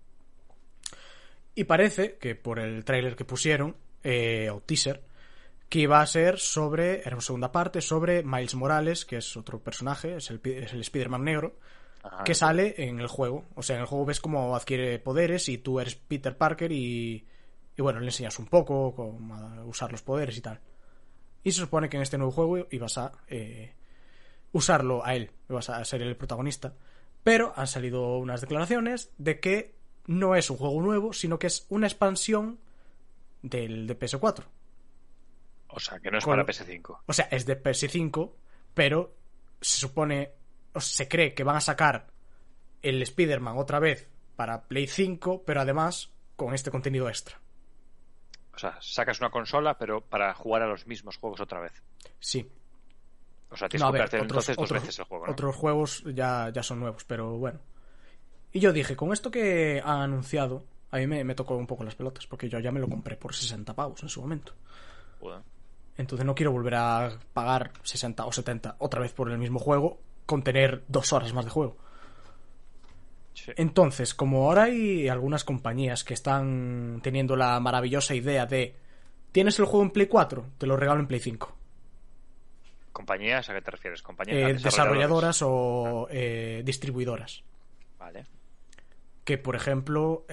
parece que por el tráiler que pusieron, o teaser, que iba a ser era una segunda parte sobre Miles Morales, que es otro personaje, es el Spider-Man negro, que sale en el juego. O sea, en el juego ves cómo adquiere poderes y tú eres Peter Parker y bueno, le enseñas un poco cómo a usar los poderes y tal. Y se supone que en este nuevo juego ibas a usarlo a él, ibas a ser el protagonista. Pero han salido unas declaraciones de que no es un juego nuevo, sino que es una expansión de PS4. O sea, que no es Con- para PS5. O sea, es de PS5, pero se supone, o se cree que van a sacar el Spider-Man otra vez para Play 5, pero además con este contenido extra. O sea, sacas una consola, pero para jugar a los mismos juegos otra vez. Sí. O sea, tienes No, a que ver, comprarte entonces dos veces el juego, ¿no? otros juegos ya son nuevos, pero bueno. Y yo dije, con esto que han anunciado, a mí me tocó un poco las pelotas, porque yo ya me lo compré por 60 pavos en su momento. Joder. Entonces no quiero volver a pagar 60 o 70 otra vez por el mismo juego con tener 2 horas más de juego. Sí. Entonces, como ahora hay algunas compañías que están teniendo la maravillosa idea de ¿tienes el juego en Play 4? Te lo regalo en Play 5. ¿Compañías? ¿A qué te refieres? ¿Compañías? Desarrolladoras o distribuidoras. Vale. Que, por ejemplo,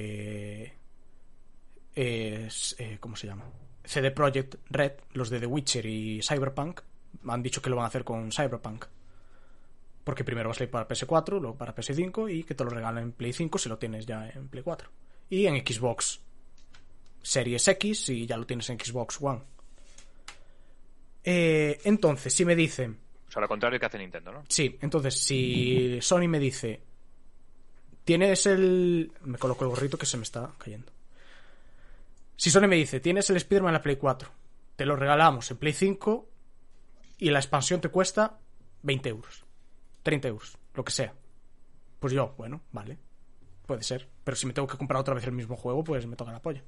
¿cómo se llama? CD Projekt Red, los de The Witcher y Cyberpunk, han dicho que lo van a hacer con Cyberpunk. Porque primero va a salir para PS4, luego para PS5 y que te lo regalen en Play 5 si lo tienes ya en Play 4. Y en Xbox Series X si ya lo tienes en Xbox One. Entonces, si me dicen, O sea, lo contrario que hace Nintendo, ¿no? Sí, entonces, si Sony me dice... Tienes el... Me coloco el gorrito que se me está cayendo. Si Sony me dice, tienes el Spider-Man en la Play 4, te lo regalamos en Play 5 y la expansión te cuesta 20 euros, 30 euros, lo que sea. Pues yo, bueno, vale, puede ser. Pero si me tengo que comprar otra vez el mismo juego, pues me toca la polla.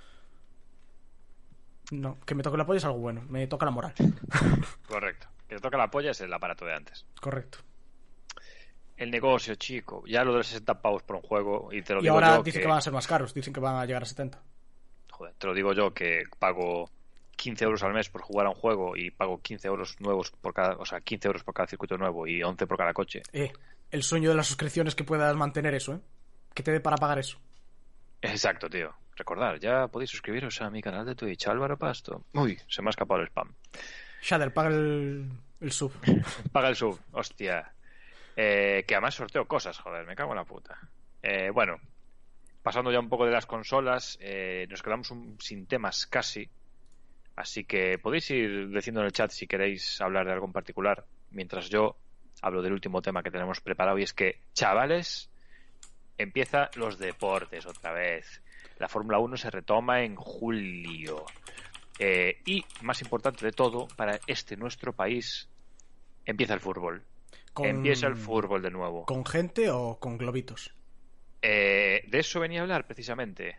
No, que me toque la polla es algo bueno, me toca la moral. Correcto. Que te toca la polla es el aparato de antes. Correcto. El negocio, chico. Ya lo de los 60 pavos por un juego. Y te lo Y digo ahora yo dicen que van a ser más caros, dicen que van a llegar a 70. Joder, te lo digo yo que pago 15 euros al mes por jugar a un juego y pago 15 euros nuevos por cada, o sea, 15 euros por cada circuito nuevo y 11 por cada coche. El sueño de las suscripciones que puedas mantener eso, que te dé para pagar eso. Exacto, tío. Recordad, ya podéis suscribiros a mi canal de Twitch, Álvaro Pasto. Uy, se me ha escapado el spam. Shader, paga el sub. Paga el sub, hostia. Que además sorteo cosas, joder, me cago en la puta. Bueno, pasando ya un poco de las consolas, nos quedamos sin temas casi. Así que podéis ir diciendo en el chat si queréis hablar de algo en particular, mientras yo hablo del último tema que tenemos preparado, y es que, chavales, empieza los deportes otra vez. La Fórmula 1 se retoma en julio. Y, más importante de todo, para nuestro país, empieza el fútbol. Empieza el fútbol de nuevo. ¿Con gente o con globitos? De eso venía a hablar precisamente.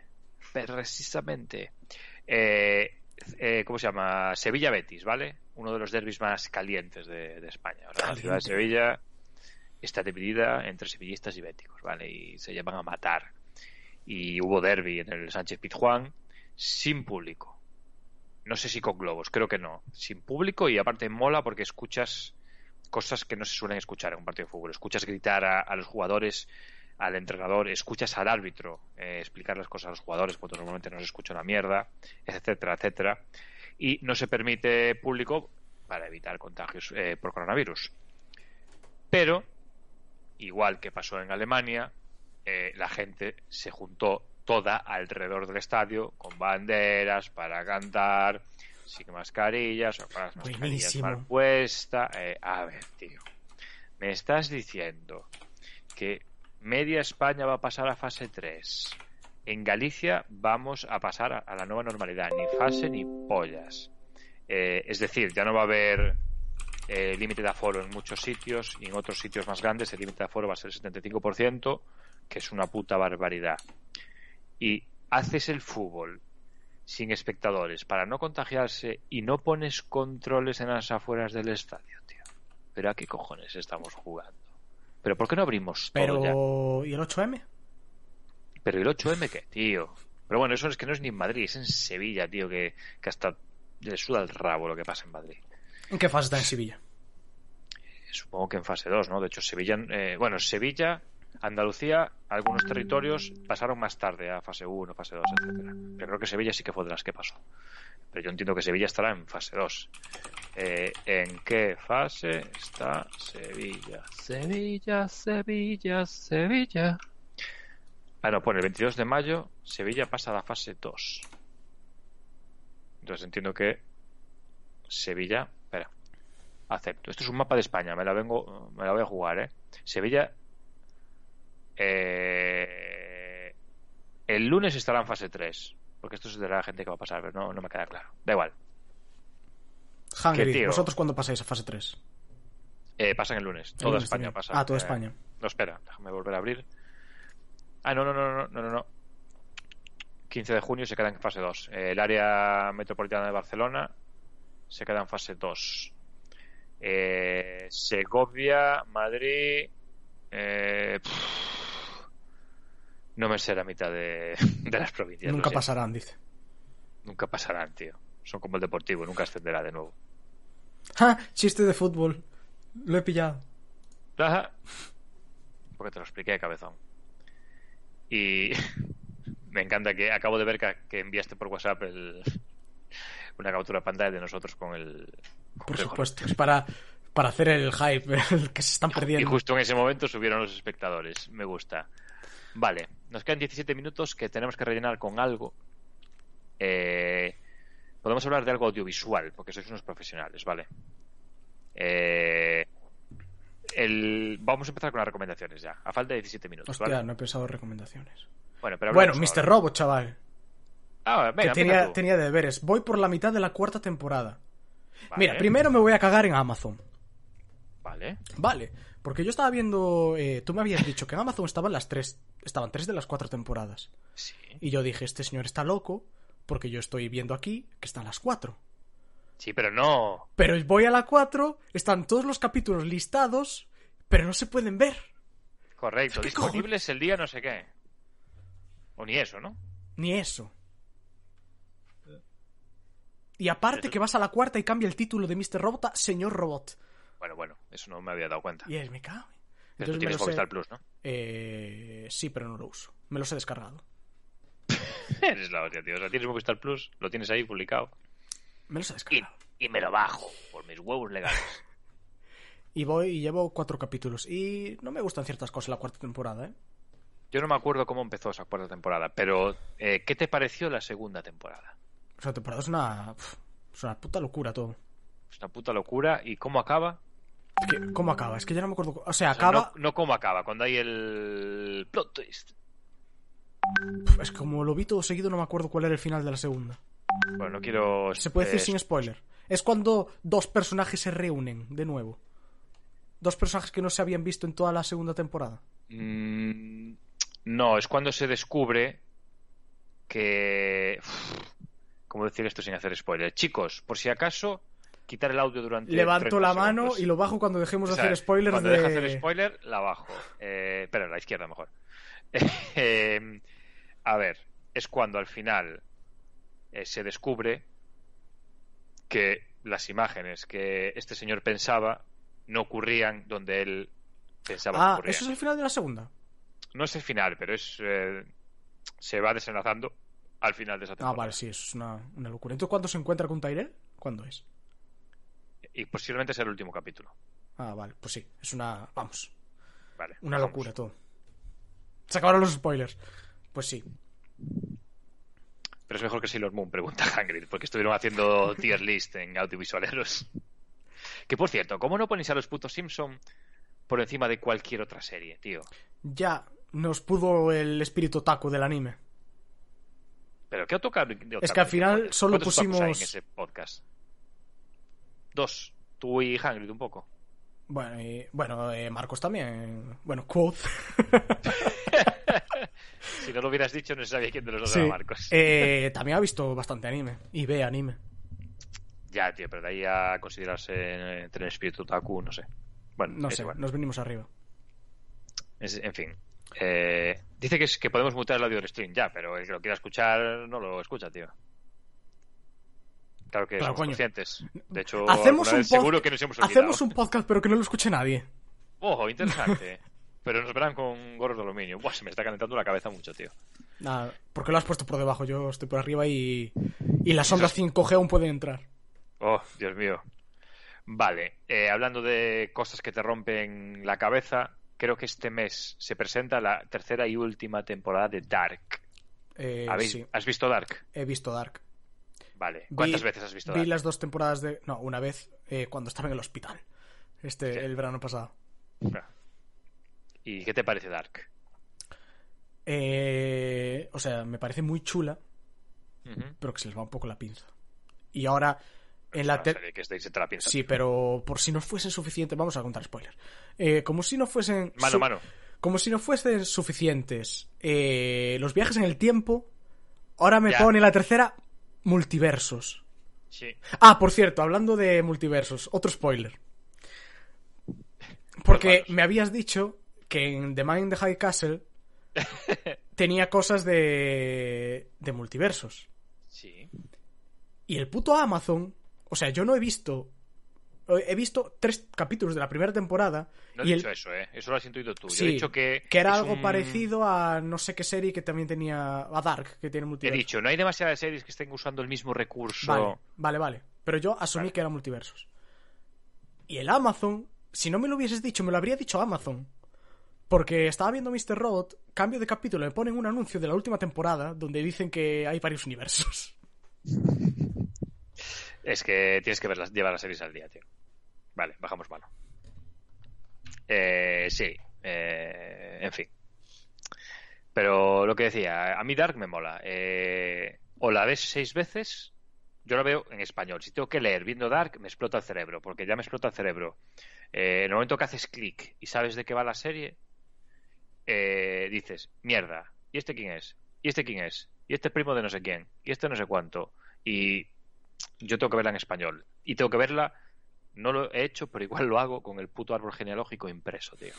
¿Cómo se llama? Sevilla-Betis, ¿vale? Uno de los derbis más calientes de España. O sea, la ciudad de Sevilla está dividida entre sevillistas y béticos, ¿vale? Y se llevan a matar. Y hubo derbi en el Sánchez Pizjuán sin público. No sé si con globos, creo que no. Sin público, y aparte mola porque escuchas cosas que no se suelen escuchar en un partido de fútbol. Escuchas gritar a los jugadores, al entrenador, escuchas al árbitro explicar las cosas a los jugadores, porque normalmente no se escucha una mierda, etcétera, etcétera. Y no se permite público para evitar contagios por coronavirus. Pero, igual que pasó en Alemania, la gente se juntó toda alrededor del estadio con banderas para cantar, sin mascarillas o con las mascarillas mal puestas. A ver, tío, me estás diciendo que media España va a pasar a fase 3. En Galicia vamos a pasar a la nueva normalidad, ni fase ni pollas. Es decir, ya no va a haber límite de aforo en muchos sitios, y en otros sitios más grandes el límite de aforo va a ser el 75%, que es una puta barbaridad. Y haces el fútbol sin espectadores para no contagiarse y no pones controles en las afueras del estadio, tío. ¿Pero a qué cojones estamos jugando? ¿Pero por qué no abrimos todo ya? ¿Y el 8M? ¿Pero el 8M qué, tío? Pero bueno, eso es que no es ni en Madrid, es en Sevilla, tío, que hasta le suda el rabo lo que pasa en Madrid. ¿En qué fase está en Sevilla? Supongo que en fase 2, ¿no? De hecho, Sevilla... Sevilla, Andalucía, algunos territorios pasaron más tarde a fase 1, fase 2, etcétera. Pero creo que Sevilla sí que fue de las que pasó. Pero yo entiendo que Sevilla estará en fase 2. ¿En qué fase está Sevilla? Sevilla. Ah, no, pone el 22 de mayo, Sevilla pasa a la fase 2. Entonces entiendo que Sevilla... Espera, acepto. Esto es un mapa de España, me la voy a jugar, Sevilla... el lunes estará en fase 3, porque esto es de la gente que va a pasar, pero no me queda claro. Da igual. Hungry, ¿vosotros cuándo pasáis a fase 3? Pasan el lunes. Toda España también pasa. Ah, toda España. No, espera, déjame volver a abrir. Ah, no. 15 de junio se queda en fase 2. El área metropolitana de Barcelona se queda en fase 2. Segovia, Madrid... no me sé la mitad de las provincias. Nunca pasarán, dice. Nunca pasarán, tío. Son como el Deportivo, nunca ascenderá de nuevo. ¡Ja! Chiste de fútbol. Lo he pillado. Ajá. Porque te lo expliqué, cabezón. Y me encanta que acabo de ver que enviaste por WhatsApp una captura de pantalla de nosotros con el... Por supuesto, es para hacer el hype que se están perdiendo. Y justo en ese momento subieron los espectadores. Me gusta. Vale, nos quedan 17 minutos que tenemos que rellenar con algo. Podemos hablar de algo audiovisual, porque sois unos profesionales, ¿vale? Vamos a empezar con las recomendaciones ya, a falta de 17 minutos. Hostia, ¿vale? no he pensado en recomendaciones. Pero Bueno, hablamos Mr. ahora. Robot, chaval. Venga, Que empieza tú. tenía deberes. Voy por la mitad de la 4ª temporada. Vale. Mira, primero me voy a cagar en Amazon. Vale. Vale, porque yo estaba viendo... tú me habías dicho que en Amazon estaban 3 de las 4 temporadas. Sí. Y yo dije, este señor está loco, porque yo estoy viendo aquí que están las 4. Sí, pero no. Pero voy a la 4, están todos los capítulos listados, pero no se pueden ver. Correcto. ¿Qué Disponibles el día no sé qué. O ni eso, ¿no? Ni eso. Y aparte Eso- que vas a la 4 y cambia el título de Mr. Robot a Señor Robot. Bueno, eso no me había dado cuenta. Y él me cago. Pero tú Entonces me tienes lo sé. Movistar Plus, ¿no? Sí, pero no lo uso. Me los he descargado. Eres la hostia, tío. O sea, tienes Movistar Plus, lo tienes ahí publicado. Me los he descargado. Y me lo bajo por mis huevos legales. Y voy y llevo 4 capítulos. Y no me gustan ciertas cosas la 4ª temporada, ¿eh? Yo no me acuerdo cómo empezó esa 4ª temporada, pero ¿qué te pareció la 2ª temporada? O sea, la temporada es una puta locura todo. Es una puta locura. ¿Y cómo acaba? ¿Cómo acaba? Es que ya no me acuerdo. O sea, O sea, acaba... no cómo acaba, cuando hay el plot twist. Es que como lo vi todo seguido no me acuerdo cuál era el final de la 2ª. Bueno, no quiero... Se puede decir sin spoiler. Es cuando 2 personajes se reúnen de nuevo. 2 personajes que no se habían visto en toda la 2ª temporada. No, es cuando se descubre que... ¿Cómo decir esto sin hacer spoiler? Chicos, por si acaso, quitar el audio durante Levanto 30 la mano segundos. y lo bajo cuando dejemos de O sea, hacer spoilers cuando de... deja hacer spoiler, la bajo. Pero a la izquierda mejor. A ver, es cuando al final se descubre que las imágenes que este señor pensaba no ocurrían donde él pensaba que ocurrían. ¿Eso es el final de la 2ª? No es el final, pero se va desenlazando al final de esa temporada. Vale, sí, eso es una locura. Entonces, ¿cuándo se encuentra con Tyrell? ¿Cuándo es? Y posiblemente sea el último capítulo. Vale, pues sí, es una... Vamos, Vale, una vamos. locura todo. Se acabaron los spoilers. Pues sí. Pero es mejor que Sailor Moon, pregunta Hagrid, porque estuvieron haciendo tier list en audiovisualeros. Que por cierto, ¿cómo no ponéis a los putos Simpson por encima de cualquier otra serie, tío? Ya nos pudo el espíritu otaku del anime. Pero ¿qué otaku? Es que al final solo ¿Cuántos otakus hay en pusimos... ese podcast? 2. Tú y Hagrid un poco. Bueno, Marcos también. Bueno, Quoth. Si no lo hubieras dicho, no se sabía quién de los dos Sí. era Marcos. También ha visto bastante anime. Y ve anime. Ya, tío, pero de ahí a considerarse tener espíritu otaku, no sé. Bueno, No es sé, igual. nos venimos arriba. En fin. Dice que podemos mutear el audio del stream, ya, pero el que lo quiera escuchar no lo escucha, tío. Claro que Claro, somos coño. conscientes. De hecho, Hacemos alguna un, vez seguro pod- que nos hemos olvidado. hacemos un podcast, pero que no lo escuche nadie. Ojo, interesante. Pero nos verán con gorros de aluminio. Buah, se me está calentando la cabeza mucho, tío. Nada, porque lo has puesto por debajo. Yo estoy por arriba y las ondas 5G aún pueden entrar. Oh, Dios mío. Vale, hablando de cosas que te rompen la cabeza, creo que este mes se presenta la 3ª y última temporada de Dark. Sí, ¿Has visto Dark? he visto Dark. Vale. ¿Cuántas veces has visto Dark? Vi las 2 temporadas de... No, una vez cuando estaba en el hospital. El verano pasado. ¿Y qué te parece Dark? O sea, me parece muy chula, Ujú. pero que se les va un poco la pinza. Y ahora en Es la una te- serie que se te la piensas. Sí, pero por si no fuesen suficientes... Vamos a contar spoilers. Como si no fuesen... Mano. Como si no fuesen suficientes los viajes en el tiempo, ahora me Ya. pone la 3ª multiversos. Sí. Por cierto, hablando de multiversos, otro spoiler. Porque Pues me habías dicho que en The Man in the High Castle tenía cosas de multiversos. Sí. Y el puto Amazon... O sea, yo no he visto... He visto 3 capítulos de la primera temporada. No he y dicho eso, Eso lo has intuido tú. Yo Sí, he dicho que era es algo parecido a no sé qué serie que también tenía... A Dark, que tiene He multiversos. dicho, no hay demasiadas series que estén usando el mismo recurso. Vale. Pero yo asumí Vale. que eran multiversos. Y el Amazon, si no me lo hubieses dicho, me lo habría dicho Amazon. Porque estaba viendo Mr. Robot, cambio de capítulo, me ponen un anuncio de la última temporada donde dicen que hay varios universos. Es que tienes que llevar las series al día, tío. Vale, bajamos mano. Sí. En fin. Pero lo que decía, a mí Dark me mola. O la ves 6 veces, yo la veo en español. Si tengo que leer viendo Dark, me explota el cerebro, porque ya me explota el cerebro. En el momento que haces clic y sabes de qué va la serie, dices, mierda, ¿y este quién es? ¿Y este quién es? ¿Y este primo de no sé quién? ¿Y este no sé cuánto? Y yo tengo que verla en español. Y tengo que verla, no lo he hecho, pero igual lo hago con el puto árbol genealógico impreso, tío.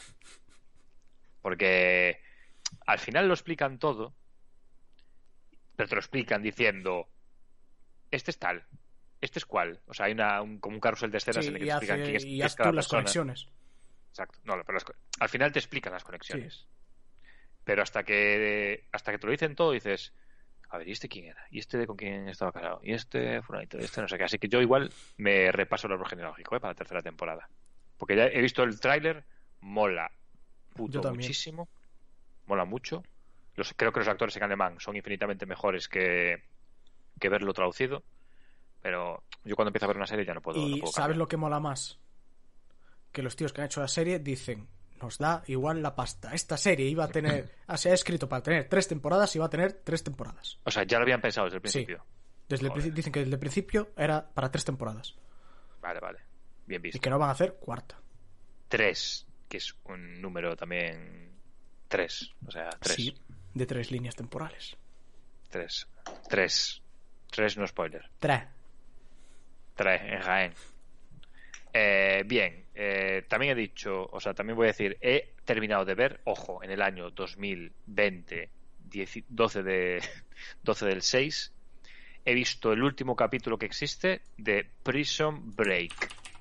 Porque al final lo explican todo, pero te lo explican diciendo, este es tal, este es cual. O sea, hay como un carrusel de escenas en el que te explican quién y es haz cada tú las persona. conexiones. Exacto. No, pero al final te explican las conexiones. Pero hasta que te lo dicen todo, dices, a ver, ¿y este quién era? ¿Y este con quién estaba casado? ¿Y este fulanito? ¿Y este no sé qué? Así que yo igual me repaso el árbol genealógico, para la tercera temporada. Porque ya he visto el tráiler, mola muchísimo. Mola mucho. Creo que los actores en alemán son infinitamente mejores que verlo traducido. Pero yo cuando empiezo a ver una serie ya no puedo. ¿Y no puedo sabes cambiar. lo que mola más? Que los tíos que han hecho la serie dicen, nos da igual la pasta. Esta serie iba a tener... se ha escrito para tener 3 temporadas y va a tener 3 temporadas. O sea, ya lo habían pensado desde el principio. Sí. Dicen que desde el principio era para 3 temporadas. Vale. Bien visto. Y que no van a hacer cuarta. 3, que es un número también... 3, o sea, 3. Sí, de 3 líneas temporales. 3, no spoiler. 3. 3 en Jaén. Bien, también he dicho, o sea, también voy a decir, he terminado de ver, ojo, en el año 2020, 12 del 6, he visto el último capítulo que existe de Prison Break.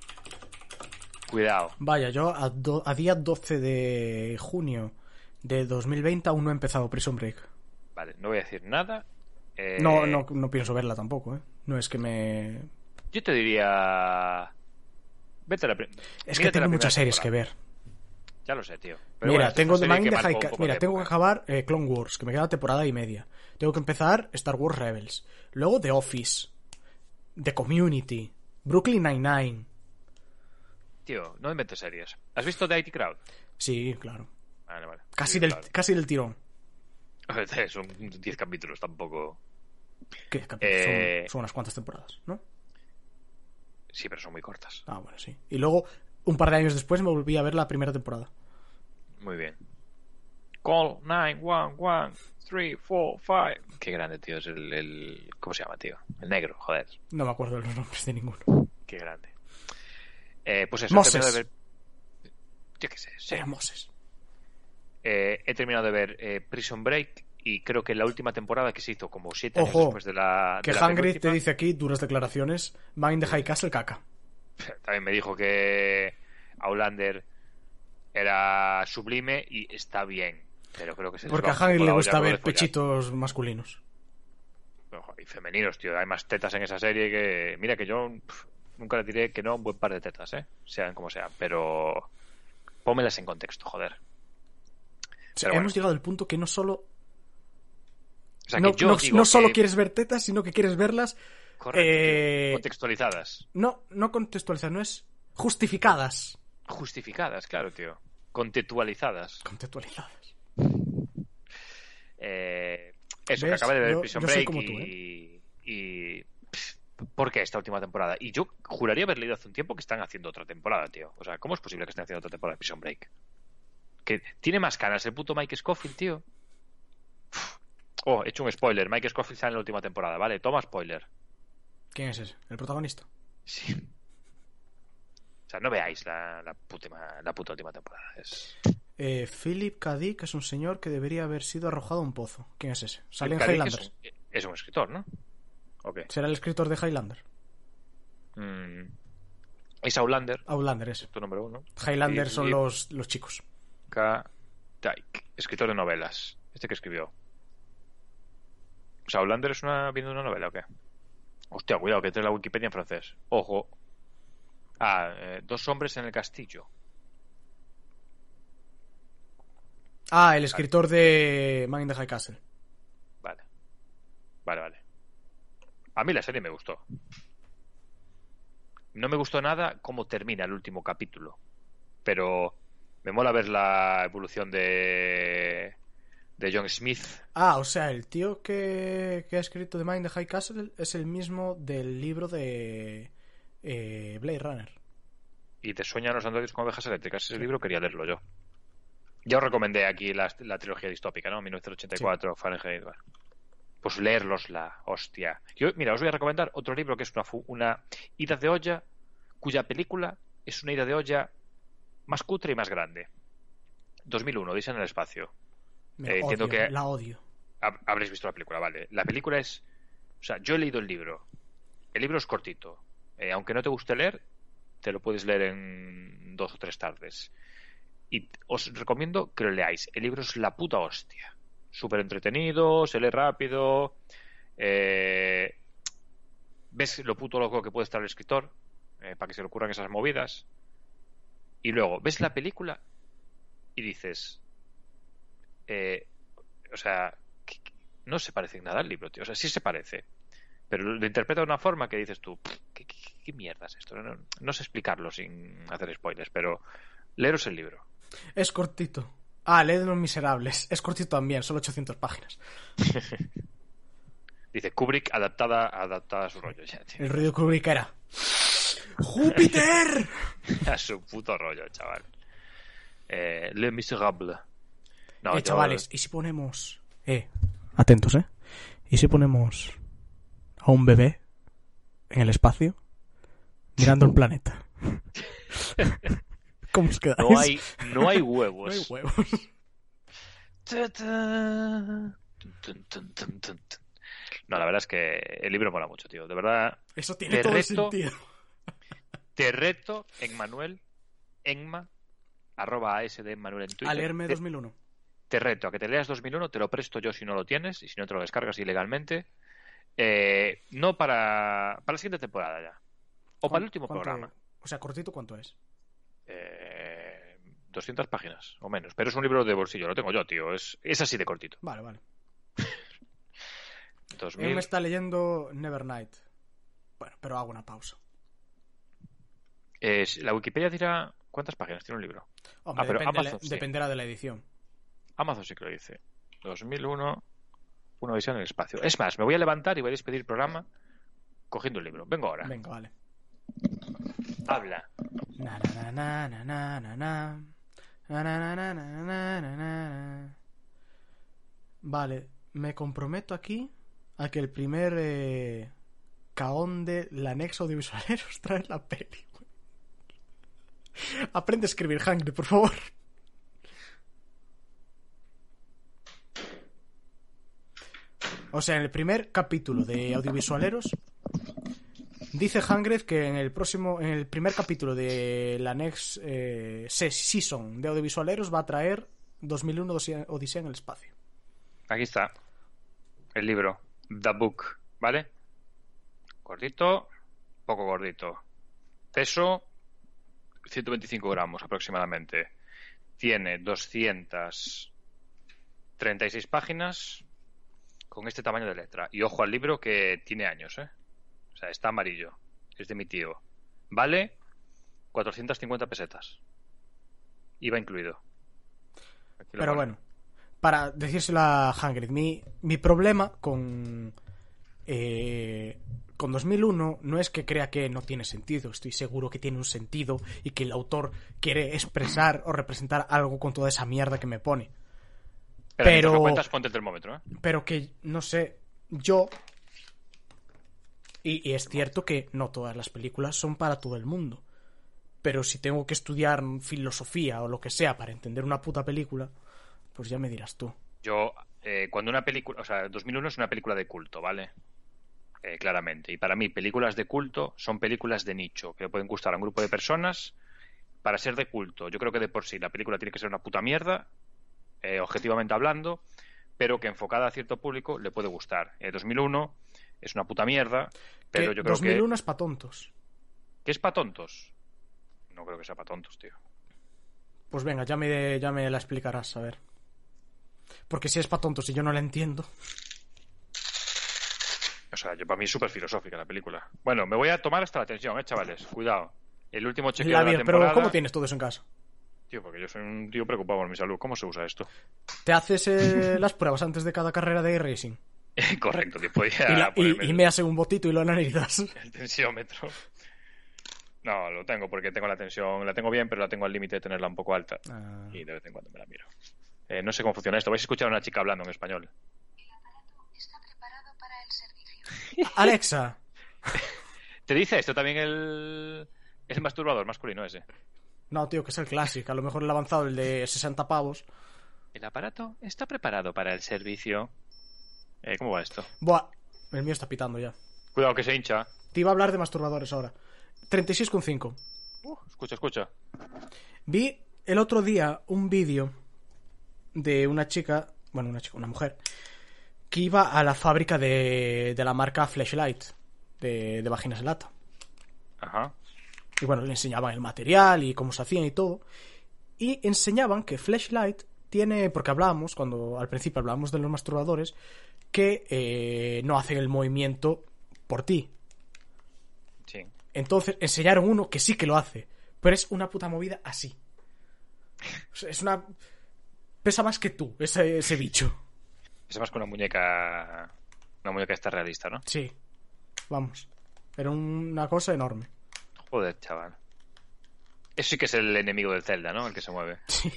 Cuidado. Vaya, yo a día 12 de junio de 2020 aún no he empezado Prison Break. Vale, no voy a decir nada. No pienso verla tampoco, ¿eh? No es que me... Yo te diría... Vete a la Es que tengo muchas series que ver. Ya lo sé, tío. Pero Mira, bueno, tengo The The Mind de High Castle. Mira, tengo que acabar Clone Wars, que me queda temporada y media. Tengo que empezar Star Wars Rebels. Luego The Office, The Community, Brooklyn Nine-Nine. Tío, no inventes series. ¿Has visto The IT Crowd? Sí, claro. Vale. Casi del tirón. Son 10 capítulos, tampoco. ¿Qué capítulos? Son unas cuantas temporadas, ¿no? Sí, pero son muy cortas. Ah, bueno, sí. Y luego, un par de años después, me volví a ver la primera temporada. Muy bien. Call 911 3, 4, 5. Qué grande, tío. Es el... ¿Cómo se llama, tío? El negro, joder. No me acuerdo de los nombres de ninguno. Qué grande. Pues eso. Moses. He terminado de ver... Yo qué sé. Sí. Era Moses. He terminado de ver Prison Break y creo que la última temporada que se hizo como 7 años Ojo, después de la... Que Hagrid te dice aquí, duras declaraciones, Mind de High Castle caca. También me dijo que Outlander era sublime y está bien, pero creo que se les Porque va a un poco Hagrid la le olla gusta con lo de ver follar. pechitos masculinos. Ojo, y femeninos, tío. Hay más tetas en esa serie que... Mira que yo nunca le diré que no a un buen par de tetas, sean como sean, pero pónmelas en contexto, joder. O sea, hemos llegado al punto que no solo... O sea, que no solo quieres ver tetas, sino que quieres verlas... Correcto, tío. Contextualizadas. No contextualizadas, no es justificadas. Justificadas, claro, tío. Contextualizadas. Contextualizadas. Eso, que acabé de ver Prison yo soy Break como tú, y ¿por qué esta última temporada? Y yo juraría haber leído hace un tiempo que están haciendo otra temporada, tío. O sea, ¿cómo es posible que estén haciendo otra temporada de Prison Break? Que tiene más canas el puto Mike Scofield, tío. Oh, he hecho un spoiler. Mike Scofield sale en la última temporada, ¿vale? Toma spoiler. ¿Quién es ese? ¿El protagonista? Sí. O sea, no veáis la puta última temporada. Philip K. Dick es un señor que debería haber sido arrojado a un pozo. ¿Quién es ese? Sale en Philip K. Dick Highlanders. Es un escritor, ¿no? Okay. ¿Será el escritor de Highlander? Es Outlander. Outlander es. Tu número 1. Highlander son los chicos. K. Dyke, escritor de novelas. ¿Este que escribió? O sea, Outlander viene de una novela, ¿o qué? Hostia, cuidado, que tiene la Wikipedia en francés. Ojo. Dos hombres en el castillo. El escritor de Man in the High Castle. Vale. A mí la serie me gustó. No me gustó nada cómo termina el último capítulo. Pero Me mola ver la evolución de John Smith. O sea, el tío que ha escrito The Mind de High Castle es el mismo del libro de Blade Runner. Y te sueñan los androides con ovejas eléctricas. Ese libro quería leerlo yo. Ya os recomendé aquí la trilogía distópica, ¿no? 1984, sí. Fahrenheit. Bueno. Pues leerlos, la hostia. Mira, os voy a recomendar otro libro que es una ida de olla, cuya película es una ida de olla más cutre y más grande. 2001, Odisea en el espacio. Entiendo que la odio. Habréis visto la película, vale. La película es... O sea, yo he leído el libro. El libro es cortito. Aunque no te guste leer, te lo puedes leer en 2 o 3 tardes. Y os recomiendo que lo leáis. El libro es la puta hostia. Súper entretenido, se lee rápido. Ves lo puto loco que puede estar el escritor para que se le ocurran esas movidas. Y luego ves la película y dices... o sea, no se parece en nada al libro, tío. O sea, sí se parece, pero lo interpreta de una forma que dices tú, ¿qué mierda es esto? No sé explicarlo sin hacer spoilers, pero leeros el libro. Es cortito. Leed Los Miserables. Es cortito también, solo 800 páginas. Dice Kubrick adaptada a su rollo. Ya, el rollo Kubrick era ¡Júpiter! A su puto rollo, chaval. Le Miserable. No, chavales, ¿y si ponemos... atentos, ¿y si ponemos a un bebé en el espacio mirando el planeta? ¿Cómo os quedáis? No hay huevos. No hay huevos. No, la verdad es que el libro mola mucho, tío. De verdad. Eso tiene todo el sentido. Te reto, Enma, @ASDEmmanuel en Twitter. A leerme 2001. Te reto a que te leas 2001, te lo presto yo si no lo tienes, y si no te lo descargas ilegalmente. No para la siguiente temporada ya. O para el último programa. O sea, cortito, ¿cuánto es? 200 páginas o menos. Pero es un libro de bolsillo, lo tengo yo, tío. Es así de cortito. Vale. 2000... Él me está leyendo Nevernight. Bueno, pero hago una pausa. La Wikipedia dirá cuántas páginas tiene un libro. Hombre, pero Amazon, dependerá de la edición. Amazon sí que lo dice. 2001, una visión en el espacio. Es más, me voy a levantar y voy a despedir el programa cogiendo el libro. Vengo ahora. Venga, vale. Habla. Vale, me comprometo aquí a que el primer caón de la Nex Audiovisualeros trae la peli. Aprende a escribir, Hangre, por favor. O sea, en el primer capítulo de Audiovisualeros dice Hangred que en el primer capítulo de la next season de Audiovisualeros va a traer 2001 Odisea en el espacio. Aquí está el libro, The Book, ¿vale? Gordito, poco gordito. Peso 125 gramos aproximadamente. Tiene 236 páginas con este tamaño de letra. Y ojo al libro que tiene años, O sea, está amarillo. Es de mi tío. Vale 450 pesetas. IVA incluido. Pero bueno, para decírselo a Hangrid, mi problema con 2001 no es que crea que no tiene sentido. Estoy seguro que tiene un sentido y que el autor quiere expresar o representar algo con toda esa mierda que me pone. Pero lo cuentas, ponte el termómetro, Pero que, no sé, yo... Y es cierto que no todas las películas son para todo el mundo. Pero si tengo que estudiar filosofía o lo que sea para entender una puta película, pues ya me dirás tú. Yo, cuando una película... O sea, 2001 es una película de culto, ¿vale? Claramente. Y para mí, películas de culto son películas de nicho, que le pueden gustar a un grupo de personas. Para ser de culto, yo creo que de por sí la película tiene que ser una puta mierda, objetivamente hablando, pero que enfocada a cierto público le puede gustar. 2001 es una puta mierda, pero yo creo 2001 es pa' tontos. ¿Qué es pa' tontos? No creo que sea pa' tontos, tío. Pues venga, ya me la explicarás, a ver. Porque si es pa' tontos y yo no la entiendo... O sea, para mí es súper filosófica la película. Bueno, me voy a tomar hasta la atención, chavales. Cuidado. El último chequeo de la temporada... Pero ¿cómo tienes todo eso en casa? Tío, porque yo soy un tío preocupado por mi salud. ¿Cómo se usa esto? Te haces las pruebas antes de cada carrera de racing. Correcto, tío. Podía Y me hace un botito y lo analizas. el tensiómetro. No, lo tengo porque tengo la tensión. La tengo bien, pero la tengo al límite de tenerla un poco alta. Y de vez en cuando me la miro. No sé cómo funciona esto. Vais a escuchar a una chica hablando en español. El aparato está preparado para el servicio. Alexa. ¿Te dice esto también el masturbador masculino ese? No, tío, que es el clásico. A lo mejor el avanzado, el de 60 pavos. El aparato está preparado para el servicio. ¿Cómo va esto? Buah, el mío está pitando ya. Cuidado que se hincha. Te iba a hablar de masturbadores ahora. 36,5. Escucha. Vi el otro día un vídeo de una mujer, que iba a la fábrica de la marca Fleshlight, de vaginas en lata. Ajá. Y bueno, le enseñaban el material y cómo se hacían y todo. Y enseñaban que Fleshlight tiene, porque al principio hablábamos de los masturbadores, que no hacen el movimiento por ti. Sí. Entonces enseñaron uno que sí que lo hace, pero es una puta movida así. Es una... Pesa más que tú, ese bicho. Pesa más que una muñeca esta realista, ¿no? Sí, vamos. Era una cosa enorme. Joder, chaval. Eso sí que es el enemigo del Zelda, ¿no? El que se mueve. Sí.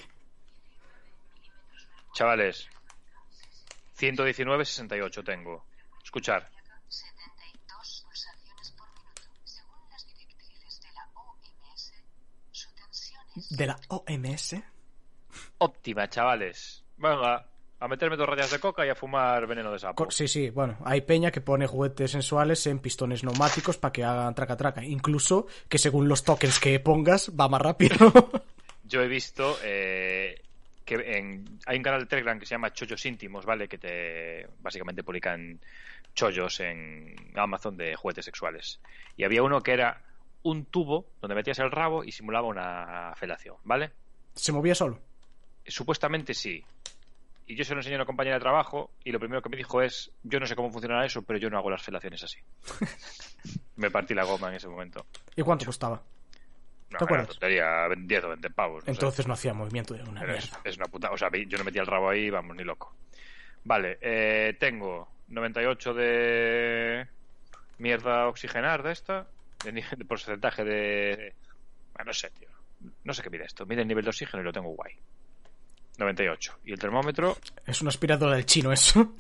Chavales, 119,68 tengo. Escuchar. 72 pulsaciones por minuto. Según las directrices de la OMS, su tensión es... ¿De la OMS? Óptima, chavales. Venga, a meterme 2 rayas de coca y a fumar veneno de sapo. Sí, bueno, hay peña que pone juguetes sensuales en pistones neumáticos para que hagan traca-traca. Incluso que según los tokens que pongas va más rápido. Yo he visto hay un canal de Telegram que se llama Chollos Íntimos, ¿vale? Que te básicamente publican chollos en Amazon de juguetes sexuales. Y había uno que era un tubo donde metías el rabo y simulaba una felación, ¿vale? ¿Se movía solo? Supuestamente sí. Y yo se lo enseñé a una compañera de trabajo y lo primero que me dijo es: yo no sé cómo funciona eso, pero yo no hago las felaciones así. Me partí la goma en ese momento. ¿Y cuánto costaba? No, ¿Te acuerdas? Tontería, 10 o 20 pavos. Entonces no hacía movimiento de una Pero mierda. es una puta... O sea, yo no metía el rabo ahí, vamos, ni loco. Vale, tengo 98 de mierda oxigenar de esta, de porcentaje de... Bueno, no sé, tío. No sé qué mide esto. Mide el nivel de oxígeno y lo tengo guay. 98. Y el termómetro... Es una aspiradora del chino eso.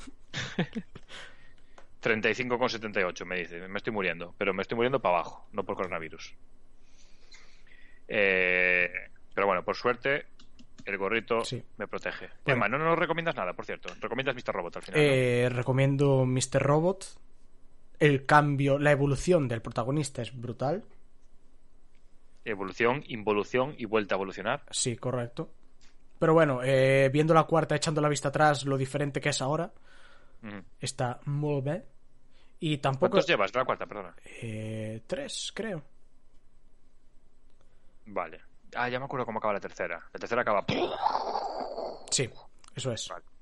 35,78 me dice. Me estoy muriendo. Pero me estoy muriendo para abajo, no por coronavirus. Pero bueno, por suerte el gorrito sí me protege. Bueno. Emma, no nos recomiendas nada, por cierto. Recomiendas Mr. Robot al final, ¿no? Recomiendo Mr. Robot. El cambio, la evolución del protagonista es brutal. Evolución, involución y vuelta a evolucionar. Sí, correcto. Pero bueno, viendo la cuarta, echando la vista atrás, lo diferente que es ahora, está muy bien. Y tampoco... ¿Cuántos llevas de la cuarta, perdona? 3, creo. Vale. Ah, ya me acuerdo cómo acaba la tercera. La tercera acaba... Sí, eso es. Vale.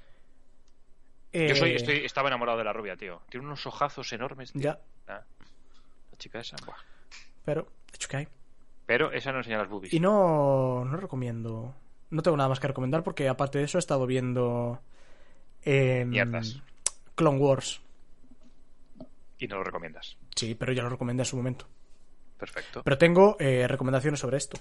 Yo estaba enamorado de la rubia, tío. Tiene unos ojazos enormes, tío. Ya. La chica esa, buah. Pero, hecho que hay. Pero esa no enseña las boobies. Y no recomiendo... No tengo nada más que recomendar porque aparte de eso he estado viendo... Mierdas. Clone Wars. Y no lo recomiendas. Sí, pero ya lo recomendé en su momento. Perfecto. Pero tengo recomendaciones sobre esto.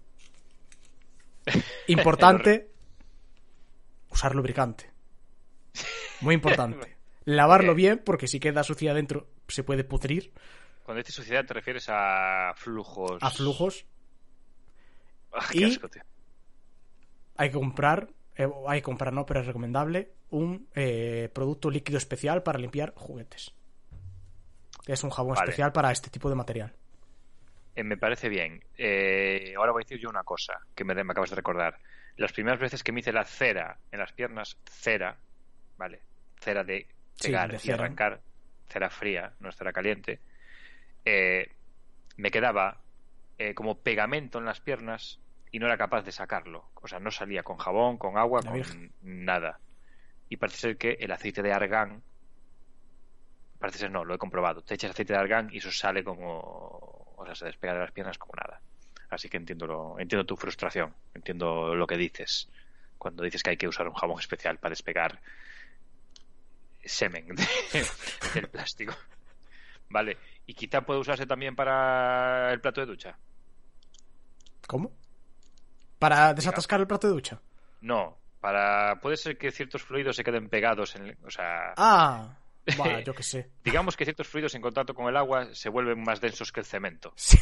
Importante, usar lubricante. Muy importante. Lavarlo bien, porque si queda sucia dentro se puede pudrir. Cuando dices suciedad te refieres a flujos. A flujos. Qué asco, tío. Hay que comprar, no, pero es recomendable un producto líquido especial para limpiar juguetes. Es un jabón especial para este tipo de material. Me parece bien. Ahora voy a decir yo una cosa que me acabas de recordar. Las primeras veces que me hice la cera en las piernas, cera, ¿vale? Cera de pegar y arrancar, cera fría, no es cera caliente, me quedaba como pegamento en las piernas y no era capaz de sacarlo. O sea, no salía con jabón, con agua, con nada. Y parece ser que el aceite de argán, parece ser no, lo he comprobado. Te echas aceite de argán y eso sale como... O sea, se despega de las piernas como nada. Así que entiendo tu frustración, entiendo lo que dices cuando dices que hay que usar un jabón especial para despegar semen del plástico. Vale, y quizá puede usarse también para el plato de ducha. ¿Cómo? ¿Para desatascar el plato de ducha? No, puede ser que ciertos fluidos se queden pegados o sea... Ah, bueno, yo qué sé. Digamos que ciertos fluidos en contacto con el agua se vuelven más densos que el cemento. Sí.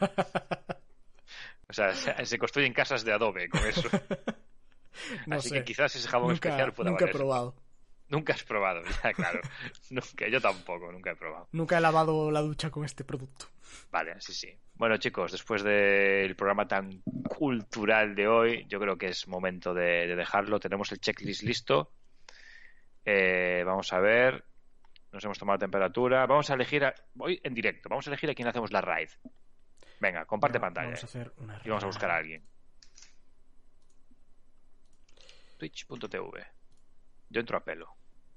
O sea, se construyen casas de adobe con eso. No Así sé. que quizás ese jabón especial pueda Nunca he valer. probado. Nunca has probado, ya, claro. Nunca, yo tampoco, nunca he probado. Nunca he lavado la ducha con este producto. Vale, sí. Bueno, chicos, después del programa tan cultural de hoy, yo creo que es momento de dejarlo. Tenemos el checklist listo. Vamos a ver. Nos hemos tomado temperatura. Vamos a elegir, hoy en directo, vamos a elegir a quién hacemos la raid. Venga, comparte pantalla. Vamos a hacer una y vamos a buscar a alguien. Twitch.tv. Yo entro a pelo.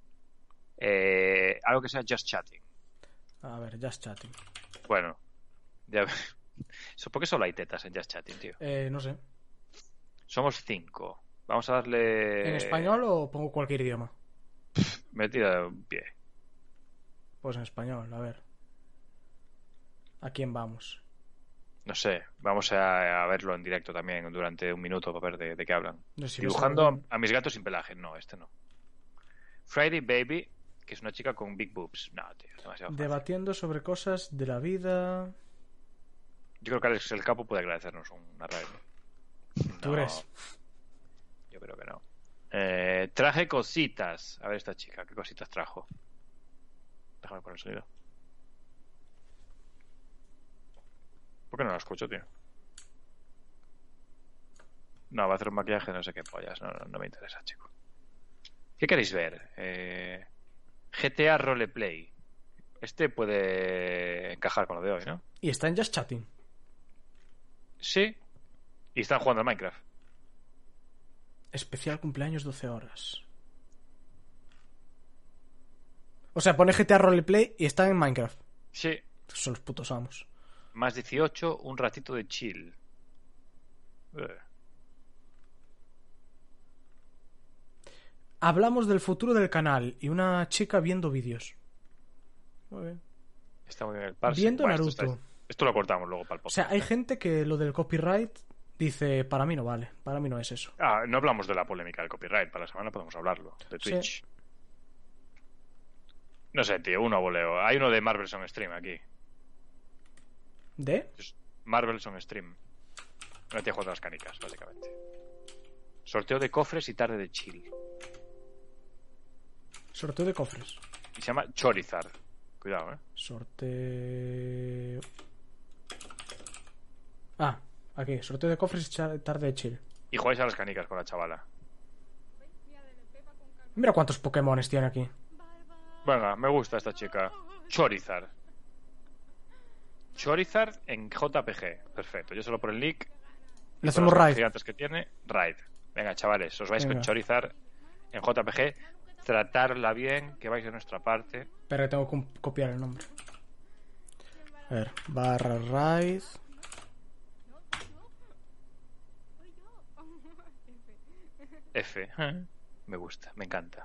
Algo que sea just chatting. A ver, Just Chatting. Bueno, ya. ¿Por qué solo hay tetas en just chatting, tío? No sé. Somos 5. Vamos a darle. ¿En español o pongo cualquier idioma? Me tira de un pie. Pues en español, a ver. ¿A quién vamos? No sé, vamos a verlo en directo también durante un minuto para ver de qué hablan. No sé si Dibujando ves algo. a mis gatos sin pelaje. No, este no. Friday Baby, que es una chica con big boobs. No, tío, es demasiado fácil. Debatiendo sobre cosas de la vida. Yo creo que Alex el Capo puede agradecernos una raid. ¿Tú No, crees? yo creo que no. Traje cositas. A ver esta chica, ¿qué cositas trajo? Déjame poner el sonido. ¿Por qué no la escucho, tío? No, va a hacer un maquillaje, no sé qué pollas. No me interesa, chico. ¿Qué queréis ver? GTA Roleplay. Este puede encajar con lo de hoy, ¿no? Y está en Just Chatting. Sí. Y están jugando al Minecraft. Especial cumpleaños 12 horas. O sea, pone GTA Roleplay y está en Minecraft. Sí. Son los putos amos. Más 18, un ratito de chill. Hablamos del futuro del canal y una chica viendo vídeos. Muy bien. Está muy bien el parse. Viendo Bueno, Naruto. Esto lo cortamos luego para el O podcast. sea, hay gente que lo del copyright dice, para mí no vale, para mí no es eso. No hablamos de la polémica del copyright. Para la semana podemos hablarlo. De Twitch. Sí. No sé, tío, uno a voleo. Hay uno de Marvel's on Stream aquí. ¿De? Marvel's on Stream. Una tía jugando a las canicas, básicamente. Sorteo de cofres y tarde de chill. Sorteo de cofres. Y se llama Chorizard. Cuidado, Sorteo... Ah, aquí. Sorteo de cofres y tarde de chill. Y jugáis a las canicas con la chavala. Mira cuántos Pokémones tiene aquí. Venga, me gusta esta chica. Chorizard. Chorizard en JPG. Perfecto. Yo solo por el nick. Le hacemos raid. Gigantes que tiene. Raid. Venga, chavales. Os vais Venga. con Chorizard en JPG. Tratarla bien, que vais de nuestra parte. Pero tengo que copiar el nombre. A ver, barra raid. F. Me gusta, me encanta.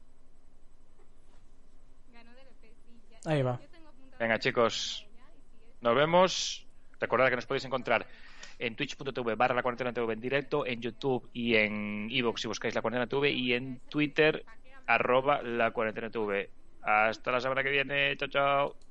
Ahí va. Venga, chicos. Nos vemos. Recordad que nos podéis encontrar en twitch.tv/la cuarentena TV en directo, en YouTube y en iVoox si buscáis La Cuarentena TV, y en Twitter @la cuarentena TV. Hasta la semana que viene. Chao, chao.